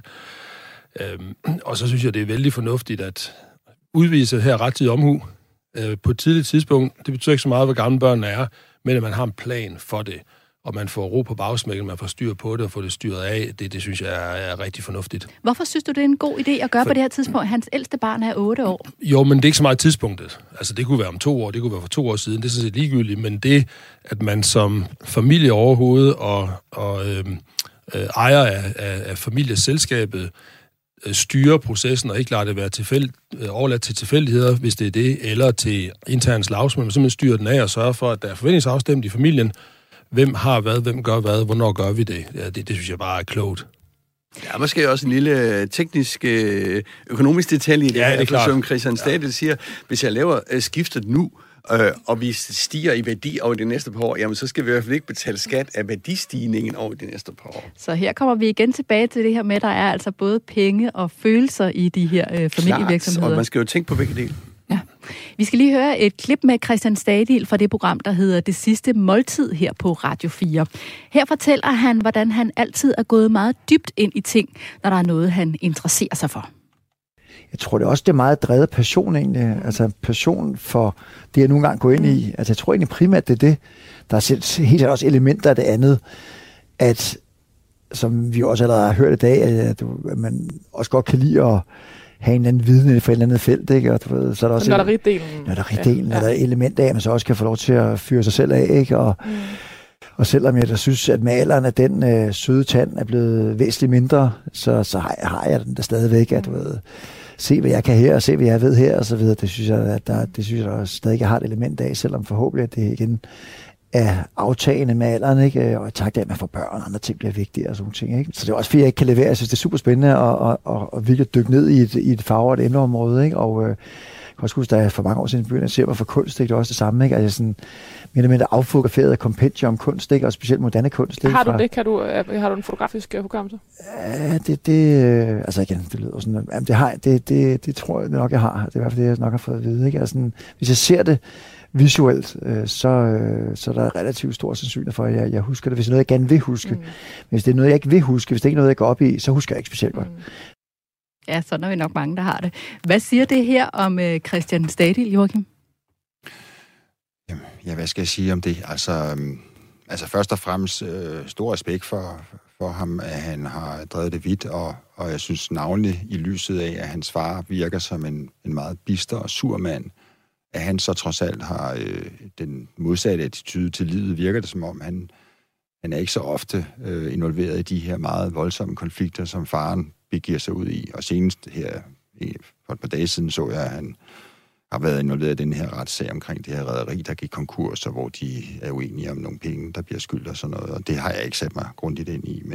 Og så synes jeg, det er vældig fornuftigt at udvise her rettidig omhu på et tidligt tidspunkt. Det betyder ikke så meget, hvor gamle børnene er, men at man har en plan for det, og man får ro på bagsmækken, man får styr på det og får det styret af, det synes jeg er rigtig fornuftigt. Hvorfor synes du, det er en god idé at gøre på det her tidspunkt? Hans ældste barn er 8 år. Jo, men det er ikke så meget tidspunktet. Altså, det kunne være om 2 år, det kunne være for 2 år siden, det er sådan set ligegyldigt, men det, at man som familie overhovedet og ejer af familieselskabet styre processen og ikke lade det være overladt til tilfældigheder, hvis det er det, eller til intern slagsmål, men simpelthen styre den af og sørge for, at der er forventningsafstemt i familien. Hvem har hvad, hvem gør hvad, hvornår gør vi det? Ja, det synes jeg bare er klogt. Der er måske også en lille teknisk, økonomisk detalje i det her, det som Christian Stadil siger. Hvis jeg laver skiftet nu, og vi stiger i værdi over de næste par år, jamen så skal vi i hvert fald ikke betale skat af værdistigningen over de næste par år. Så her kommer vi igen tilbage til det her med, at der er altså både penge og følelser i de her familievirksomheder. Klart, og man skal jo tænke på begge dele. Ja. Vi skal lige høre et klip med Christian Stadil fra det program, der hedder Det Sidste Måltid her på Radio 4. Her fortæller han, hvordan han altid er gået meget dybt ind i ting, når der er noget, han interesserer sig for. jeg tror det er også, det er meget drevet passion egentlig. Altså passion for det, jeg nogle gange går ind i. Altså jeg tror egentlig primært, det er det. Der er helt sikkert også elementer af det andet, at som vi også allerede har hørt i dag, at man også godt kan lide at have en eller anden viden fra et eller andet felt, ikke? Og så er der også Nørderi-delen. Er der element af, at man så også kan få lov til at fyre sig selv af, ikke? Og selvom jeg da synes, at med alderen af den søde tand er blevet væsentligt mindre, så har jeg den der stadigvæk, at se hvad jeg kan her, og se hvad jeg ved her, og så videre. Det synes jeg, det synes jeg også stadig, jeg har et element af, selvom forhåbentlig, at det igen er aftagende med alderen, ikke? Og tak af, at man får børn og andre ting bliver vigtige og sådan ting, ikke? Så det er også fordi, jeg ikke kan levere. Jeg synes, det er super spændende at virkelig dykke ned i et farve- og et emneområde, ikke? Og jeg kan også huske, da jeg for mange år siden begyndte at se mig for kunst, ikke? Det er også det samme, ikke? Altså sådan mere eller mindre affotograferet kompendium om kunst, ikke? Og specielt moderne kunst, ikke? Har du det? Har du en fotografisk hukommelse? Ja, altså igen, det lyder sådan, det tror jeg nok, jeg har. Det er i hvert fald det, jeg nok har fået at vide, ikke? Altså, hvis jeg ser det visuelt, så er der relativt stor sandsynlighed for, at jeg husker det, hvis det er noget, jeg gerne vil huske. Hvis det er noget, jeg ikke vil huske, hvis det ikke er noget, jeg går op i, så husker jeg ikke specielt godt. Ja, sådan er vi nok mange, der har det. Hvad siger det her om Christian Stadil, Joachim? Ja, hvad skal jeg sige om det? Altså først og fremmest stor respekt for ham, at han har drevet det vidt, og jeg synes navnlig i lyset af, at hans far virker som en meget bister og sur mand, at han så trods alt har den modsatte attitude til livet, virker det som om, han er ikke så ofte involveret i de her meget voldsomme konflikter, som faren begiver sig ud i. Og senest her for et par dage siden så jeg, at han har været involveret i den her retssag omkring det her rederi, der gik konkurs, og hvor de er uenige om nogle penge, der bliver skyldt og sådan noget. Og det har jeg ikke sat mig grundigt ind i.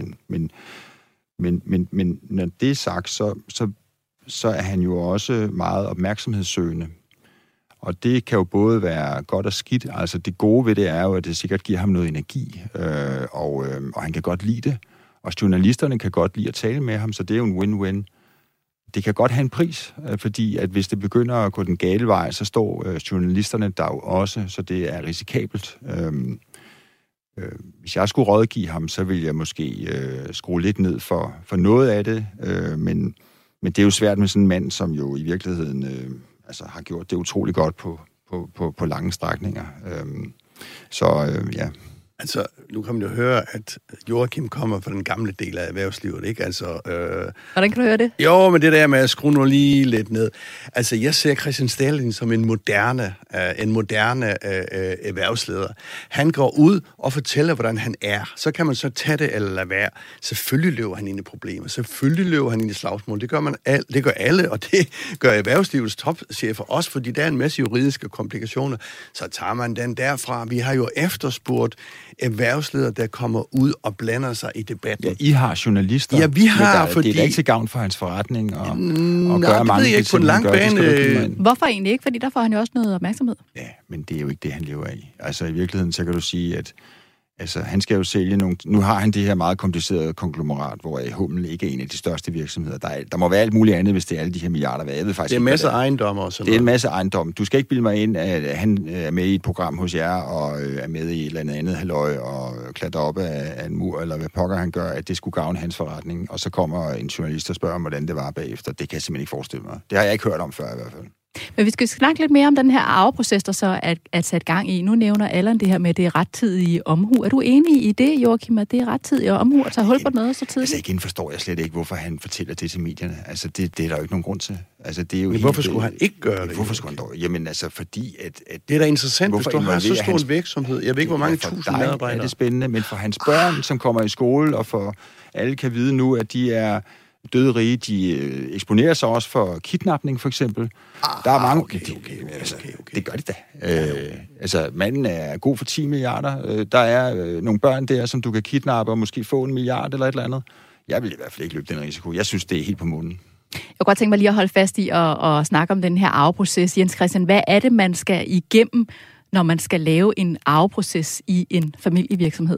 Men når det er sagt, så er han jo også meget opmærksomhedssøgende. Og det kan jo både være godt og skidt. Altså det gode ved det er jo, at det sikkert giver ham noget energi, og han kan godt lide det. Og journalisterne kan godt lide at tale med ham, så det er jo en win-win. Det kan godt have en pris, fordi at hvis det begynder at gå den gale vej, så står journalisterne der jo også, så det er risikabelt. Hvis jeg skulle rådgive ham, så ville jeg måske skrue lidt ned for noget af det, men det er jo svært med sådan en mand, som jo i virkeligheden har gjort det utrolig godt på lange strækninger. Ja. Altså, nu kan man jo høre, at Joachim kommer fra den gamle del af erhvervslivet, ikke? Altså, hvordan kan du høre det? Jo, men det der med at skrue nu lige lidt ned. Altså, jeg ser Christian Stadil som en moderne erhvervsleder. Han går ud og fortæller, hvordan han er. Så kan man så tage det eller lade være. Selvfølgelig løber han ind i problemer. Selvfølgelig løber han ind i slagsmål. Det gør alle, og det gør erhvervslivets topchefer også, fordi der er en masse juridiske komplikationer. Så tager man den derfra. Vi har jo efterspurgt erhvervsledere, der kommer ud og blander sig i debatten. Ja, I har journalister. Ja, vi har, fordi... Det er da ikke til gavn for hans forretning og gøre mange ikke på en lang bane. Hvorfor egentlig ikke? Fordi der får han jo også noget opmærksomhed. Ja, men det er jo ikke det, han lever af. Altså i virkeligheden, så kan du sige, at han skal jo sælge nogle... Nu har han det her meget komplicerede konglomerat, hvor Hummel ikke er en af de største virksomheder. Der må være alt muligt andet, hvis det er alle de her milliarder værd. Jeg ved faktisk det er en masse ejendomme og sådan noget. Det er en masse ejendomme. Du skal ikke bilde mig ind, at han er med i et program hos jer, og er med i et eller andet halløj, og klatrer op af en mur, eller hvad pokker han gør, at det skulle gavne hans forretning. Og så kommer en journalist og spørger, hvordan det var bagefter. Det kan jeg simpelthen ikke forestille mig. Det har jeg ikke hørt om før i hvert fald. Men vi skal snakke lidt mere om den her arveproces, der så er sat gang i. Nu nævner Allan det her med det rettidige omhu. Er du enig i det, Joachim, at det er rettidige omhu at tage hul på noget så tidligt? Altså igen forstår jeg slet ikke, hvorfor han fortæller det til medierne. Altså det er der jo ikke nogen grund til. Altså, det er jo men hvorfor skulle han ikke gøre det? Hvorfor skulle han dog? Jamen altså fordi, at det er da interessant, hvis du har så stor en virksomhed. Jeg ved ikke, hvor mange tusind medarbejdere. Er det spændende, men for hans børn, som kommer i skole, og for alle kan vide nu, at de er døde rige, de eksponerer sig også for kidnapning, for eksempel. Der er mange... Okay. Det gør de da. Altså, manden er god for 10 milliarder. Der er nogle børn der, som du kan kidnappe, og måske få 1 milliard eller et eller andet. Jeg vil i hvert fald ikke løbe den risiko. Jeg synes, det er helt på munden. Jeg kunne godt tænke mig lige at holde fast i og snakke om den her arveproces. Jens Christian, hvad er det, man skal igennem, når man skal lave en arveproces i en familievirksomhed?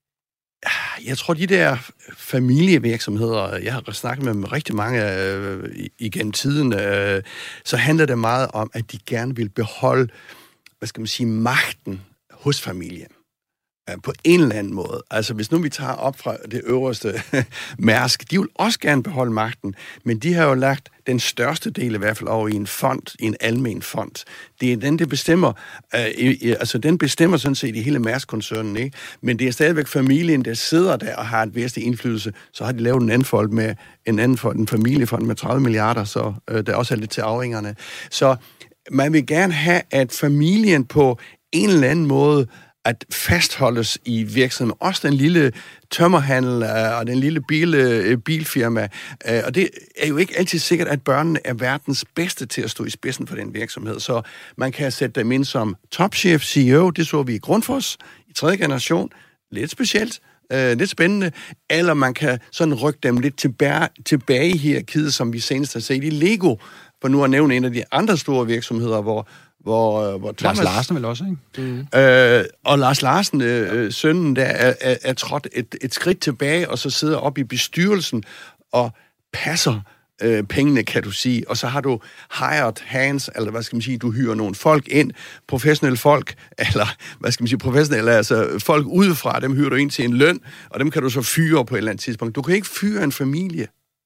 Jeg tror, de der familievirksomheder, jeg har snakket med dem rigtig mange igennem tiden, så handler det meget om, at de gerne vil beholde, magten hos familien. på en eller anden måde. Altså, hvis nu vi tager op fra det øverste Mærsk, de vil også gerne beholde magten, men de har jo lagt den største del i hvert fald over i en fond, i en almen fond. Det er den, der bestemmer, den bestemmer sådan set i hele Mærsk-koncernen, ikke? Men det er stadigvæk familien, der sidder der og har et væsentlig indflydelse. Så har de lavet en anden fond, en familiefond med 30 milliarder, så der også er lidt til arvingerne. Så man vil gerne have, at familien på en eller anden måde at fastholdes i virksomheden. Også den lille tømmerhandel og den lille bilfirma. Og det er jo ikke altid sikkert, at børnene er verdens bedste til at stå i spidsen for den virksomhed. Så man kan sætte dem ind som topchef, CEO. Det så vi i Grundfos i 3. generation. Lidt specielt. Lidt spændende. Eller man kan sådan rykke dem lidt tilbage i hierarkiet, som vi senest har set i Lego. For nu at nævne en af de andre store virksomheder, hvor Thomas, Lars Larsen vel også, ikke? Og Lars Larsen, sønnen, der er trådt et skridt tilbage, og så sidder op i bestyrelsen og passer pengene, kan du sige. Og så har du hired hands, eller hvad skal man sige, du hyrer nogle folk ind, professionelle folk, eller hvad skal man sige, professionelle, altså folk udefra, dem hyrer du ind til en løn, og dem kan du så fyre på et eller andet tidspunkt. Du kan ikke fyre en familie.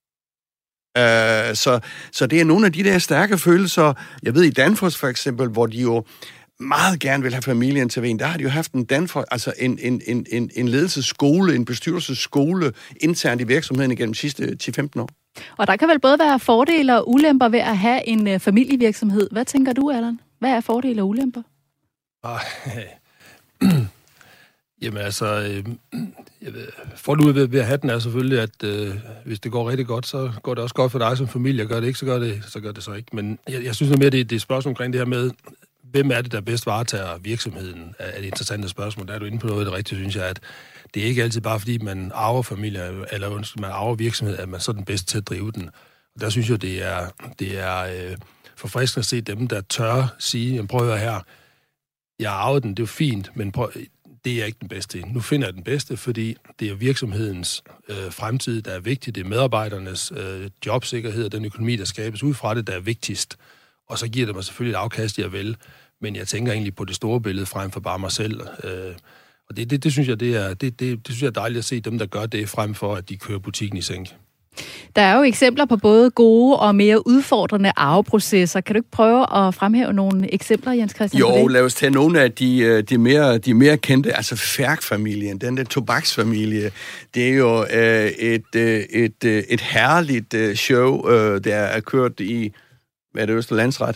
Så det er nogle af de der stærke følelser. Jeg ved i Danfoss for eksempel, hvor de jo meget gerne vil have familien til ved. Der har de jo haft en Danfoss, altså en ledelsesskole, en bestyrelsesskole internt i virksomheden igennem de sidste 10-15 år. Og der kan vel både være fordele og ulemper ved at have en familievirksomhed. Hvad tænker du, Allan? Hvad er fordele og ulemper? Jamen altså, fordelen ved at have den er selvfølgelig, at hvis det går rigtig godt, så går det også godt for dig som familie. Gør det ikke, så gør det så ikke. Men jeg synes mere, det er et spørgsmål omkring det her med, hvem er det, der bedst varetager virksomheden, er et interessant spørgsmål. Der er du inde på noget, det rigtige, synes jeg, at det er ikke altid bare, fordi man arver familie, eller man arver virksomhed, at man så er den bedste til at drive den. Og der synes jeg, det er forfriskende at se dem, der tør sige, jeg prøver her, jeg har arvet den, det er jo fint, men det er ikke den bedste. Nu finder jeg den bedste, fordi det er virksomhedens fremtid, der er vigtigt. Det er medarbejdernes jobsikkerhed og den økonomi, der skabes ud fra det, der er vigtigst. Og så giver det mig selvfølgelig et afkast, jeg vil. Men jeg tænker egentlig på det store billede frem for bare mig selv. Og det synes jeg, det synes jeg er dejligt at se dem, der gør det, frem for at de kører butikken i sænk. Der er jo eksempler på både gode og mere udfordrende arveprocesser. Kan du ikke prøve at fremhæve nogle eksempler, Jens Christian? Jo, lad os tage nogle af de mere kendte, altså Færk-familien, den der tobaksfamilie. Det er jo et herligt show, der er kørt i hvad er det Østerlandsret,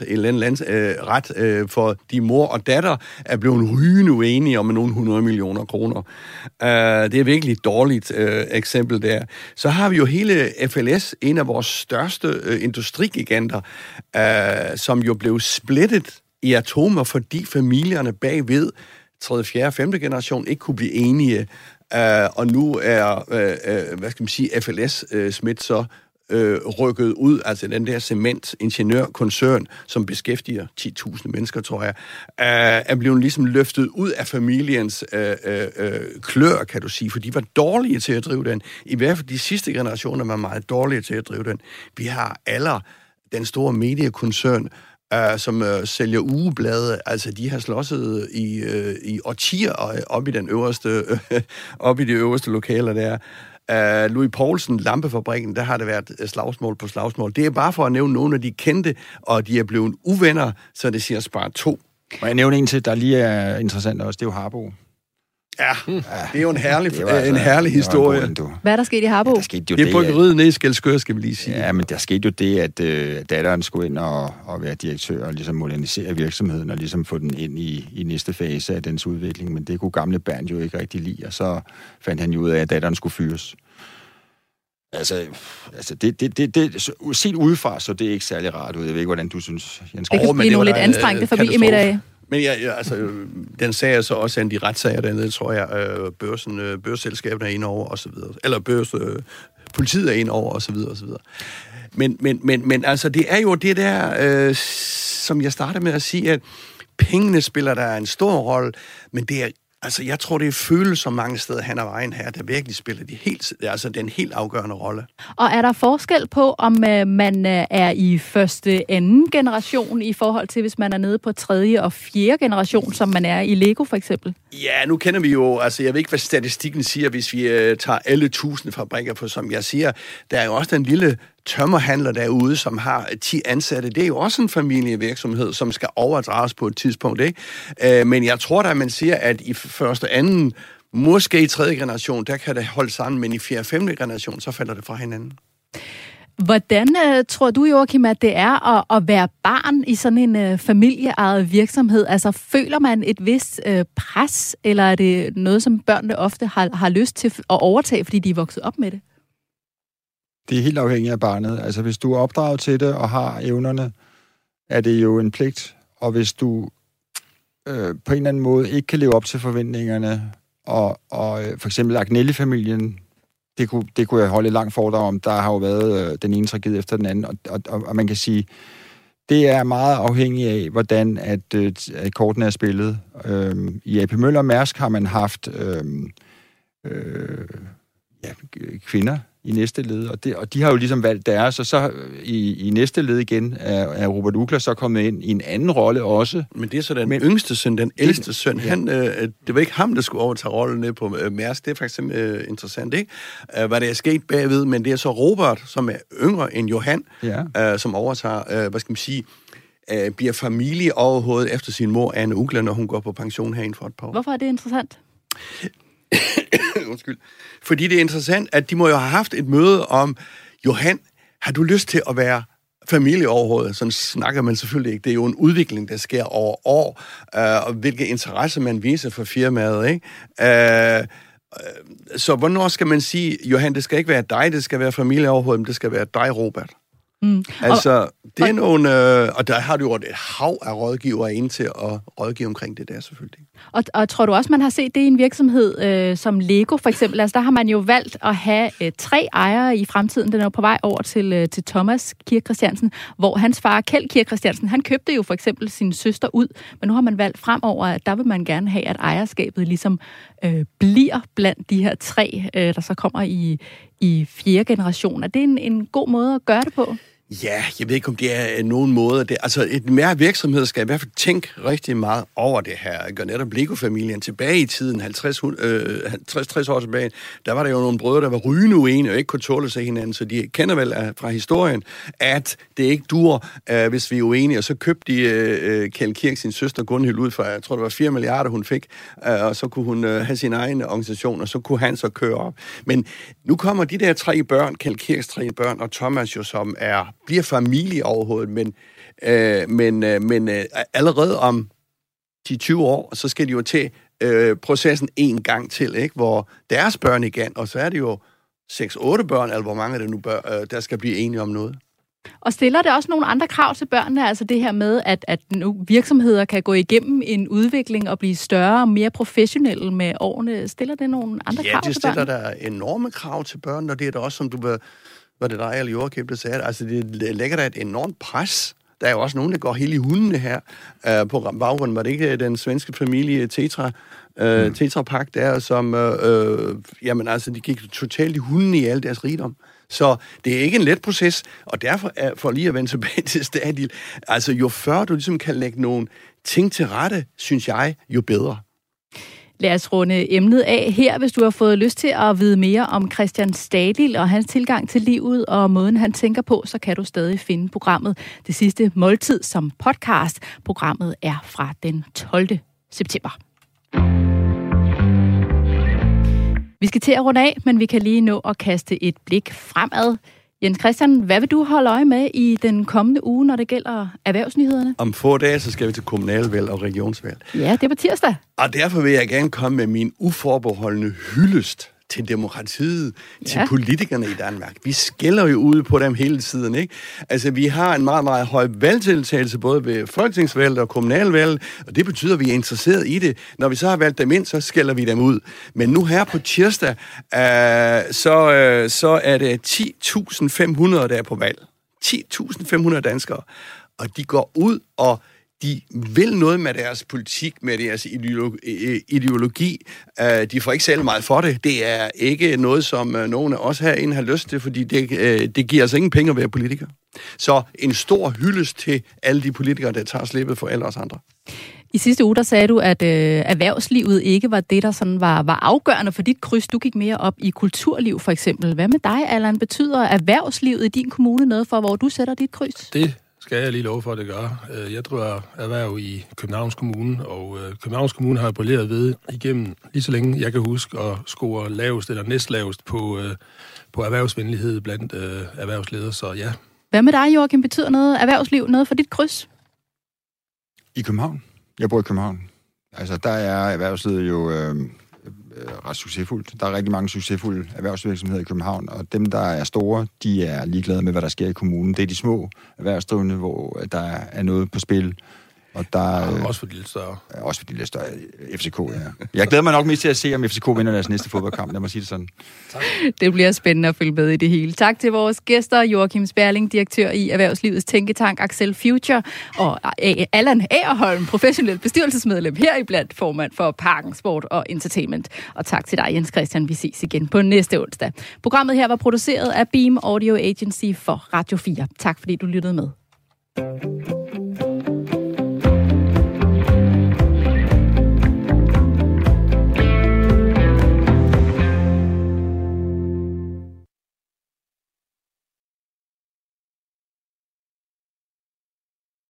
ret for de mor og datter er blevet rygende uenige om nogle 100 millioner kroner. Det er virkelig et dårligt eksempel der. Så har vi jo hele FLS, en af vores største industrigiganter, som jo blev splittet i atomer, fordi familierne bagved 3., 4., 5. generation ikke kunne blive enige. Og nu er, hvad skal man sige, FLS smidt så rykket ud, altså den der cementingeniørkoncern, som beskæftiger 10.000 mennesker, tror jeg, er blevet ligesom løftet ud af familiens klør, kan du sige, for de var dårlige til at drive den. I hvert fald de sidste generationer var meget dårlige til at drive den. Vi har Aller, den store mediekoncern, som sælger ugeblade, altså de har slåsset i årtier op i de øverste lokaler der. Louis Poulsen, Lampefabrikken, der har det været slagsmål på slagsmål. Det er bare for at nævne nogle af de kendte, og de er blevet uvenner, så det siger bare 2. Må jeg nævne en til, der lige er interessant også, det er jo Harbo. Ja, det er jo en herlig historie. Hvad er der sket i Harbo? Ja, det er bryggeriet ned i Skelskør, skal vi lige sige. Ja, men der skete jo det, at datteren skulle ind og være direktør og ligesom modernisere virksomheden og ligesom få den ind i næste fase af dens udvikling. Men det kunne gamle Bernd jo ikke rigtig lide, og så fandt han jo ud af, at datteren skulle fyres. Altså det set udefra, så det er ikke særlig rart ud. Jeg ved ikke, hvordan du synes, Jens. Det kan blive nogle lidt anstrengte familiemiddag. Men den sag så også en de retssager dernede, tror jeg, børsselskaberne er inde over, og så videre. Eller politiet er inde over, og så videre, og så videre. Men altså, det er jo det der, som jeg startede med at sige, at pengene spiller der en stor rolle, men det er Altså, jeg tror, det er følelser mange steder hen ad vejen her, der virkelig spiller den helt afgørende rolle. Og er der forskel på, om man er i første, anden generation i forhold til, hvis man er nede på tredje og fjerde generation, som man er i Lego for eksempel? Ja, nu kender vi jo, altså jeg ved ikke, hvad statistikken siger, hvis vi tager alle 1000 fabrikker, for som jeg siger, der er jo også den lille tømmerhandler derude, som har 10 ansatte. Det er jo også en familievirksomhed, som skal overdrages på et tidspunkt, ikke? Men jeg tror da, man siger, at i første, anden, måske i tredje generation, der kan det holde sammen, men i fjerde, femte generation, så falder det fra hinanden. Hvordan tror du, Joachim, at det er at være barn i sådan en familieejet virksomhed? Altså, føler man et vist pres, eller er det noget, som børnene ofte har lyst til at overtage, fordi de er vokset op med det? Det er helt afhængigt af barnet. Altså, hvis du er opdraget til det og har evnerne, er det jo en pligt. Og hvis du på en eller anden måde ikke kan leve op til forventningerne, og for eksempel Agnelli-familien, det kunne jeg holde et langt foredrag om. Der har jo været den ene tragedie efter den anden, og man kan sige, det er meget afhængigt af, hvordan at kortene er spillet. I AP Møller og Mærsk har man haft kvinder i næste led, og de har jo ligesom valgt deres, og så i næste led igen er Robert Uggla så kommet ind i en anden rolle også. Men det er så den yngste søn, den ældste søn, det var ikke ham, der skulle overtage rollen nede på Mærsk. Det er faktisk interessant, ikke? Hvad der er sket bagved, men det er så Robert, som er yngre end Johan, som overtager, hvad skal man sige, bliver familieoverhovedet efter sin mor, Anne Uggla, når hun går på pension herinde for et par år. Hvorfor er det interessant? Undskyld. Fordi det er interessant, at de må jo have haft et møde om, Johan, har du lyst til at være familieoverhovedet? Sådan snakker man selvfølgelig ikke. Det er jo en udvikling, der sker over år, og hvilke interesse man viser for firmaet, ikke? Så hvornår skal man sige, Johan, det skal ikke være dig, det skal være familieoverhovedet, men det skal være dig, Robert. Altså, det er nogle... og der har du jo et hav af rådgivere ind til at rådgive omkring det der, selvfølgelig. Og tror du også, man har set det i en virksomhed som Lego, for eksempel? Altså, der har man jo valgt at have 3 ejere i fremtiden. Den er jo på vej over til Thomas Kirk Christiansen, hvor hans far, Kjeld Kirk Christiansen, han købte jo for eksempel sin søster ud, men nu har man valgt fremover, at der vil man gerne have, at ejerskabet ligesom bliver blandt de her 3, der så kommer i 4. generation. Er det en god måde at gøre det på? Ja, jeg ved ikke, om det er nogen måde. Et mere virksomhed skal i hvert fald tænke rigtig meget over det her. Jeg gør netop Lego-familien tilbage i tiden, 50-60 år tilbage. Der var der jo nogle brødre, der var rygende uenige og ikke kunne tåle sig hinanden, så de kender vel fra historien, at det ikke dur, hvis vi er uenige. Og så købte de Kjeld Kirk, sin søster Gunhild, ud fra, jeg tror, det var 4 milliarder, hun fik, og så kunne hun have sin egen organisation, og så kunne han så køre op. Men nu kommer de der 3 børn, Kjeld Kirks 3 børn, og Thomas jo, som bliver familie overhovedet, men allerede om de 20 år, så skal de jo til processen en gang til, ikke? Hvor deres børn igen, og så er det jo 6-8 børn, eller hvor mange det nu der skal blive enige om noget. Og stiller det også nogle andre krav til børnene, altså det her med, at nu virksomheder kan gå igennem en udvikling og blive større og mere professionelle med årene. Stiller det nogle andre krav til børnene? Ja, det stiller der enorme krav til børnene, og det er da også, som du var det dig eller Joachim, der sagde, altså det lægger der et enormt pres. Der er jo også nogen, der går helt i hundene her på baggrunden. Var det ikke den svenske familie Tetra Pak der, som, jamen altså, de gik totalt i hundene i al deres rigdom. Så det er ikke en let proces, og derfor for lige at vende tilbage til Stadil, altså jo før du ligesom kan lægge nogle ting til rette, synes jeg, jo bedre. Lad os runde emnet af her, hvis du har fået lyst til at vide mere om Christian Stadil og hans tilgang til livet og måden, han tænker på, så kan du stadig finde programmet Det Sidste Måltid som podcast. Programmet er fra den 12. september. Vi skal til at runde af, men vi kan lige nå at kaste et blik fremad. Jens Christian, hvad vil du holde øje med i den kommende uge, når det gælder erhvervsnyhederne? Om få dage, så skal vi til kommunalvalg og regionsvalg. Ja, det er på tirsdag. Og derfor vil jeg gerne komme med min uforbeholdende hyldest til demokratiet, til politikerne i Danmark. Vi skælder jo ud på dem hele tiden, ikke? Altså, vi har en meget, meget høj valgdeltagelse, både ved folketingsvalg og kommunalvalg, og det betyder, at vi er interesseret i det. Når vi så har valgt dem ind, så skælder vi dem ud. Men nu her på tirsdag, så er det 10.500, der er på valg. 10.500 danskere. Og de går ud, og de vil noget med deres politik, med deres ideologi. De får ikke særlig meget for det. Det er ikke noget, som nogen af os herinde har lyst til, fordi det giver altså ingen penge at være politiker. Så en stor hyldest til alle de politikere, der tager slippet for alle os andre. I sidste uge, der sagde du, at erhvervslivet ikke var det, der sådan var afgørende for dit kryds. Du gik mere op i kulturliv, for eksempel. Hvad med dig, Allan? Betyder erhvervslivet i din kommune noget for, hvor du sætter dit kryds? Det skal jeg lige love for, at det gør. Jeg driver erhverv i Københavns Kommune, og Københavns Kommune har appelleret ved igennem lige så længe jeg kan huske at score lavest eller næstlavest på erhvervsvenlighed blandt erhvervsledere, så ja. Hvad med dig, Joachim? Betyder erhvervsliv noget for dit kryds? I København? Jeg bor i København. Altså, der er erhvervslivet jo ret succesfuldt. Der er rigtig mange succesfulde erhvervsvirksomheder i København, og dem, der er store, de er ligeglade med, hvad der sker i kommunen. Det er de små erhvervsdrivende, hvor der er noget på spil. Og der også for de lidt større. Også for de lidt større. FCK, ja. Jeg glæder mig nok mest til at se, om FCK vinder deres næste fodboldkamp. Lad mig sige det sådan. Tak. Det bliver spændende at følge med i det hele. Tak til vores gæster, Joachim Sperling, direktør i Erhvervslivets Tænketank Axel Future, og Allan Agerholm, professionel bestyrelsesmedlem, heriblandt formand for Parken Sport og Entertainment. Og tak til dig, Jens Christian. Vi ses igen på næste onsdag. Programmet her var produceret af Beam Audio Agency for Radio 4. Tak fordi du lyttede med.